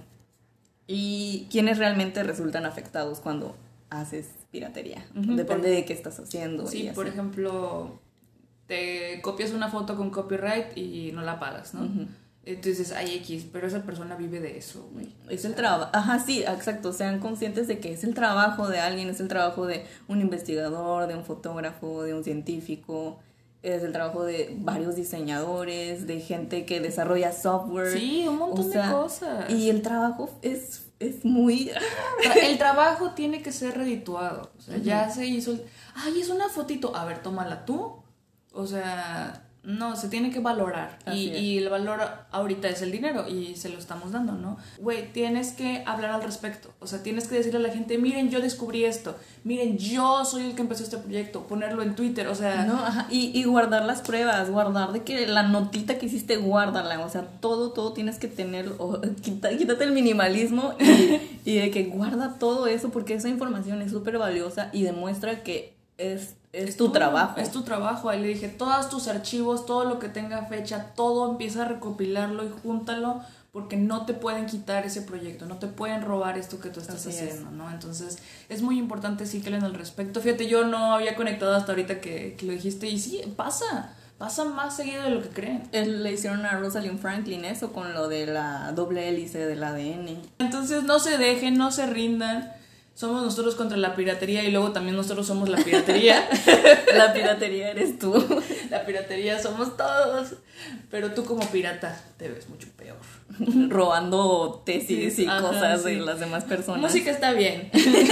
¿Y quiénes realmente resultan afectados cuando haces piratería? Uh-huh, Depende por, de qué estás haciendo. Sí, por ejemplo, te copias una foto con copyright y no la pagas, ¿no? Uh-huh. Entonces, hay X, pero esa persona vive de eso, güey. Es el trabajo. Ajá, sí, exacto. Sean conscientes de que es el trabajo de alguien, es el trabajo de un investigador, de un fotógrafo, de un científico. Es el trabajo de varios diseñadores, de gente que desarrolla software. Sí, un montón o sea, de cosas. Y el trabajo es, es muy... El trabajo tiene que ser redituado. O sea, uh-huh. ya se hizo... El... Ay, es una fotito. A ver, tómala tú. O sea... No, se tiene que valorar y, y el valor ahorita es el dinero y se lo estamos dando, ¿no? Güey, tienes que hablar al respecto, o sea, tienes que decirle a la gente, miren, yo descubrí esto, miren, yo soy el que empezó este proyecto, ponerlo en Twitter, o sea... No, ajá. Y, y guardar las pruebas, guardar de que la notita que hiciste, guárdala, o sea, todo, todo tienes que tener, o, quita, quítate el minimalismo y, y de que guarda todo eso porque esa información es súper valiosa y demuestra que es... Es tu, tu trabajo. Es tu trabajo. Ahí le dije, todos tus archivos, todo lo que tenga fecha, todo empieza a recopilarlo y júntalo porque no te pueden quitar ese proyecto, no te pueden robar esto que tú estás Así haciendo, es. ¿no? Entonces, es muy importante sí que leen al respecto. Fíjate, yo no había conectado hasta ahorita que, que lo dijiste y sí, pasa. Pasa más seguido de lo que creen. Le hicieron a Rosalind Franklin eso con lo de la doble hélice del A D N. Entonces, no se dejen, no se rindan. Somos nosotros contra la piratería y luego también nosotros somos la piratería. La piratería eres tú. La piratería somos todos. Pero tú como pirata te ves mucho peor. Robando tesis sí, y ajá, cosas sí. de las demás personas. Música está bien.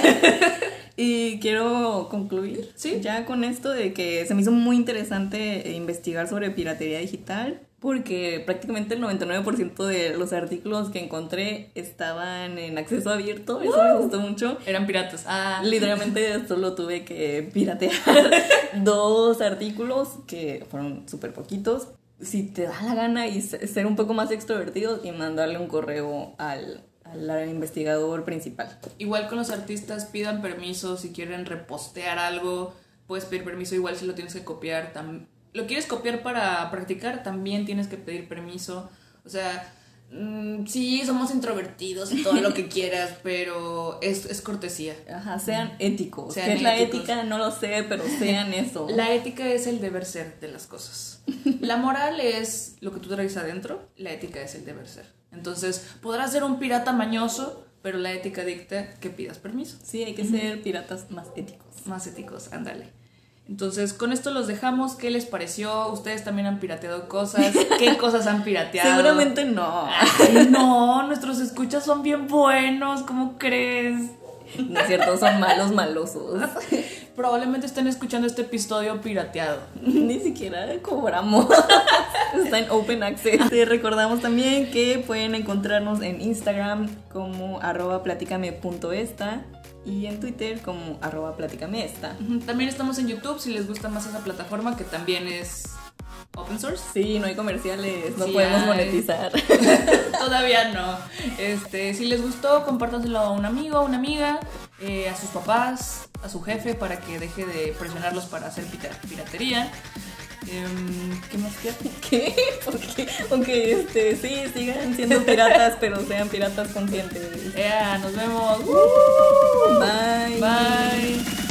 Y quiero concluir ¿Sí? ya con esto de que se me hizo muy interesante investigar sobre piratería digital. Porque prácticamente el noventa y nueve por ciento de los artículos que encontré estaban en acceso abierto. Eso uh, me gustó mucho. Eran piratas. Ah. Literalmente solo tuve que piratear dos artículos que fueron súper poquitos. Si te da la gana y ser un poco más extrovertido y mandarle un correo al, al investigador principal. Igual con los artistas, pidan permiso si quieren repostear algo. Puedes pedir permiso igual si lo tienes que copiar también. Lo quieres copiar para practicar, también tienes que pedir permiso. O sea, mmm, sí, somos introvertidos y todo lo que quieras, pero es, es cortesía. Ajá, sean éticos. Sean ¿Qué es éticos. La ética? No lo sé, pero sean eso. La ética es el deber ser de las cosas. La moral es lo que tú traes adentro, la ética es el deber ser. Entonces, podrás ser un pirata mañoso, pero la ética dicta que pidas permiso. Sí, hay que ser piratas más éticos. Más éticos, ándale. Entonces, con esto los dejamos. ¿Qué les pareció? ¿Ustedes también han pirateado cosas? ¿Qué cosas han pirateado? Seguramente no. Ay, no, nuestros escuchas son bien buenos, ¿cómo crees? No es cierto, son malos malosos. probablemente estén escuchando este episodio pirateado. Ni siquiera cobramos. Está en Open Access. Te recordamos también que pueden encontrarnos en Instagram como arroba platicame.esta y en Twitter como arroba platicameesta. También estamos en YouTube si les gusta más esa plataforma, que también es open source. Sí, no hay comerciales, no Sí podemos hay. monetizar. Todavía no. Este, si les gustó, compártanselo a un amigo, a una amiga, eh, a sus papás, a su jefe, para que deje de presionarlos para hacer pita- piratería. Eh, ¿Qué más queda? ¿Qué? Porque, aunque este, sí, sigan siendo piratas, pero sean piratas conscientes. Ya, nos vemos. Bye. Bye.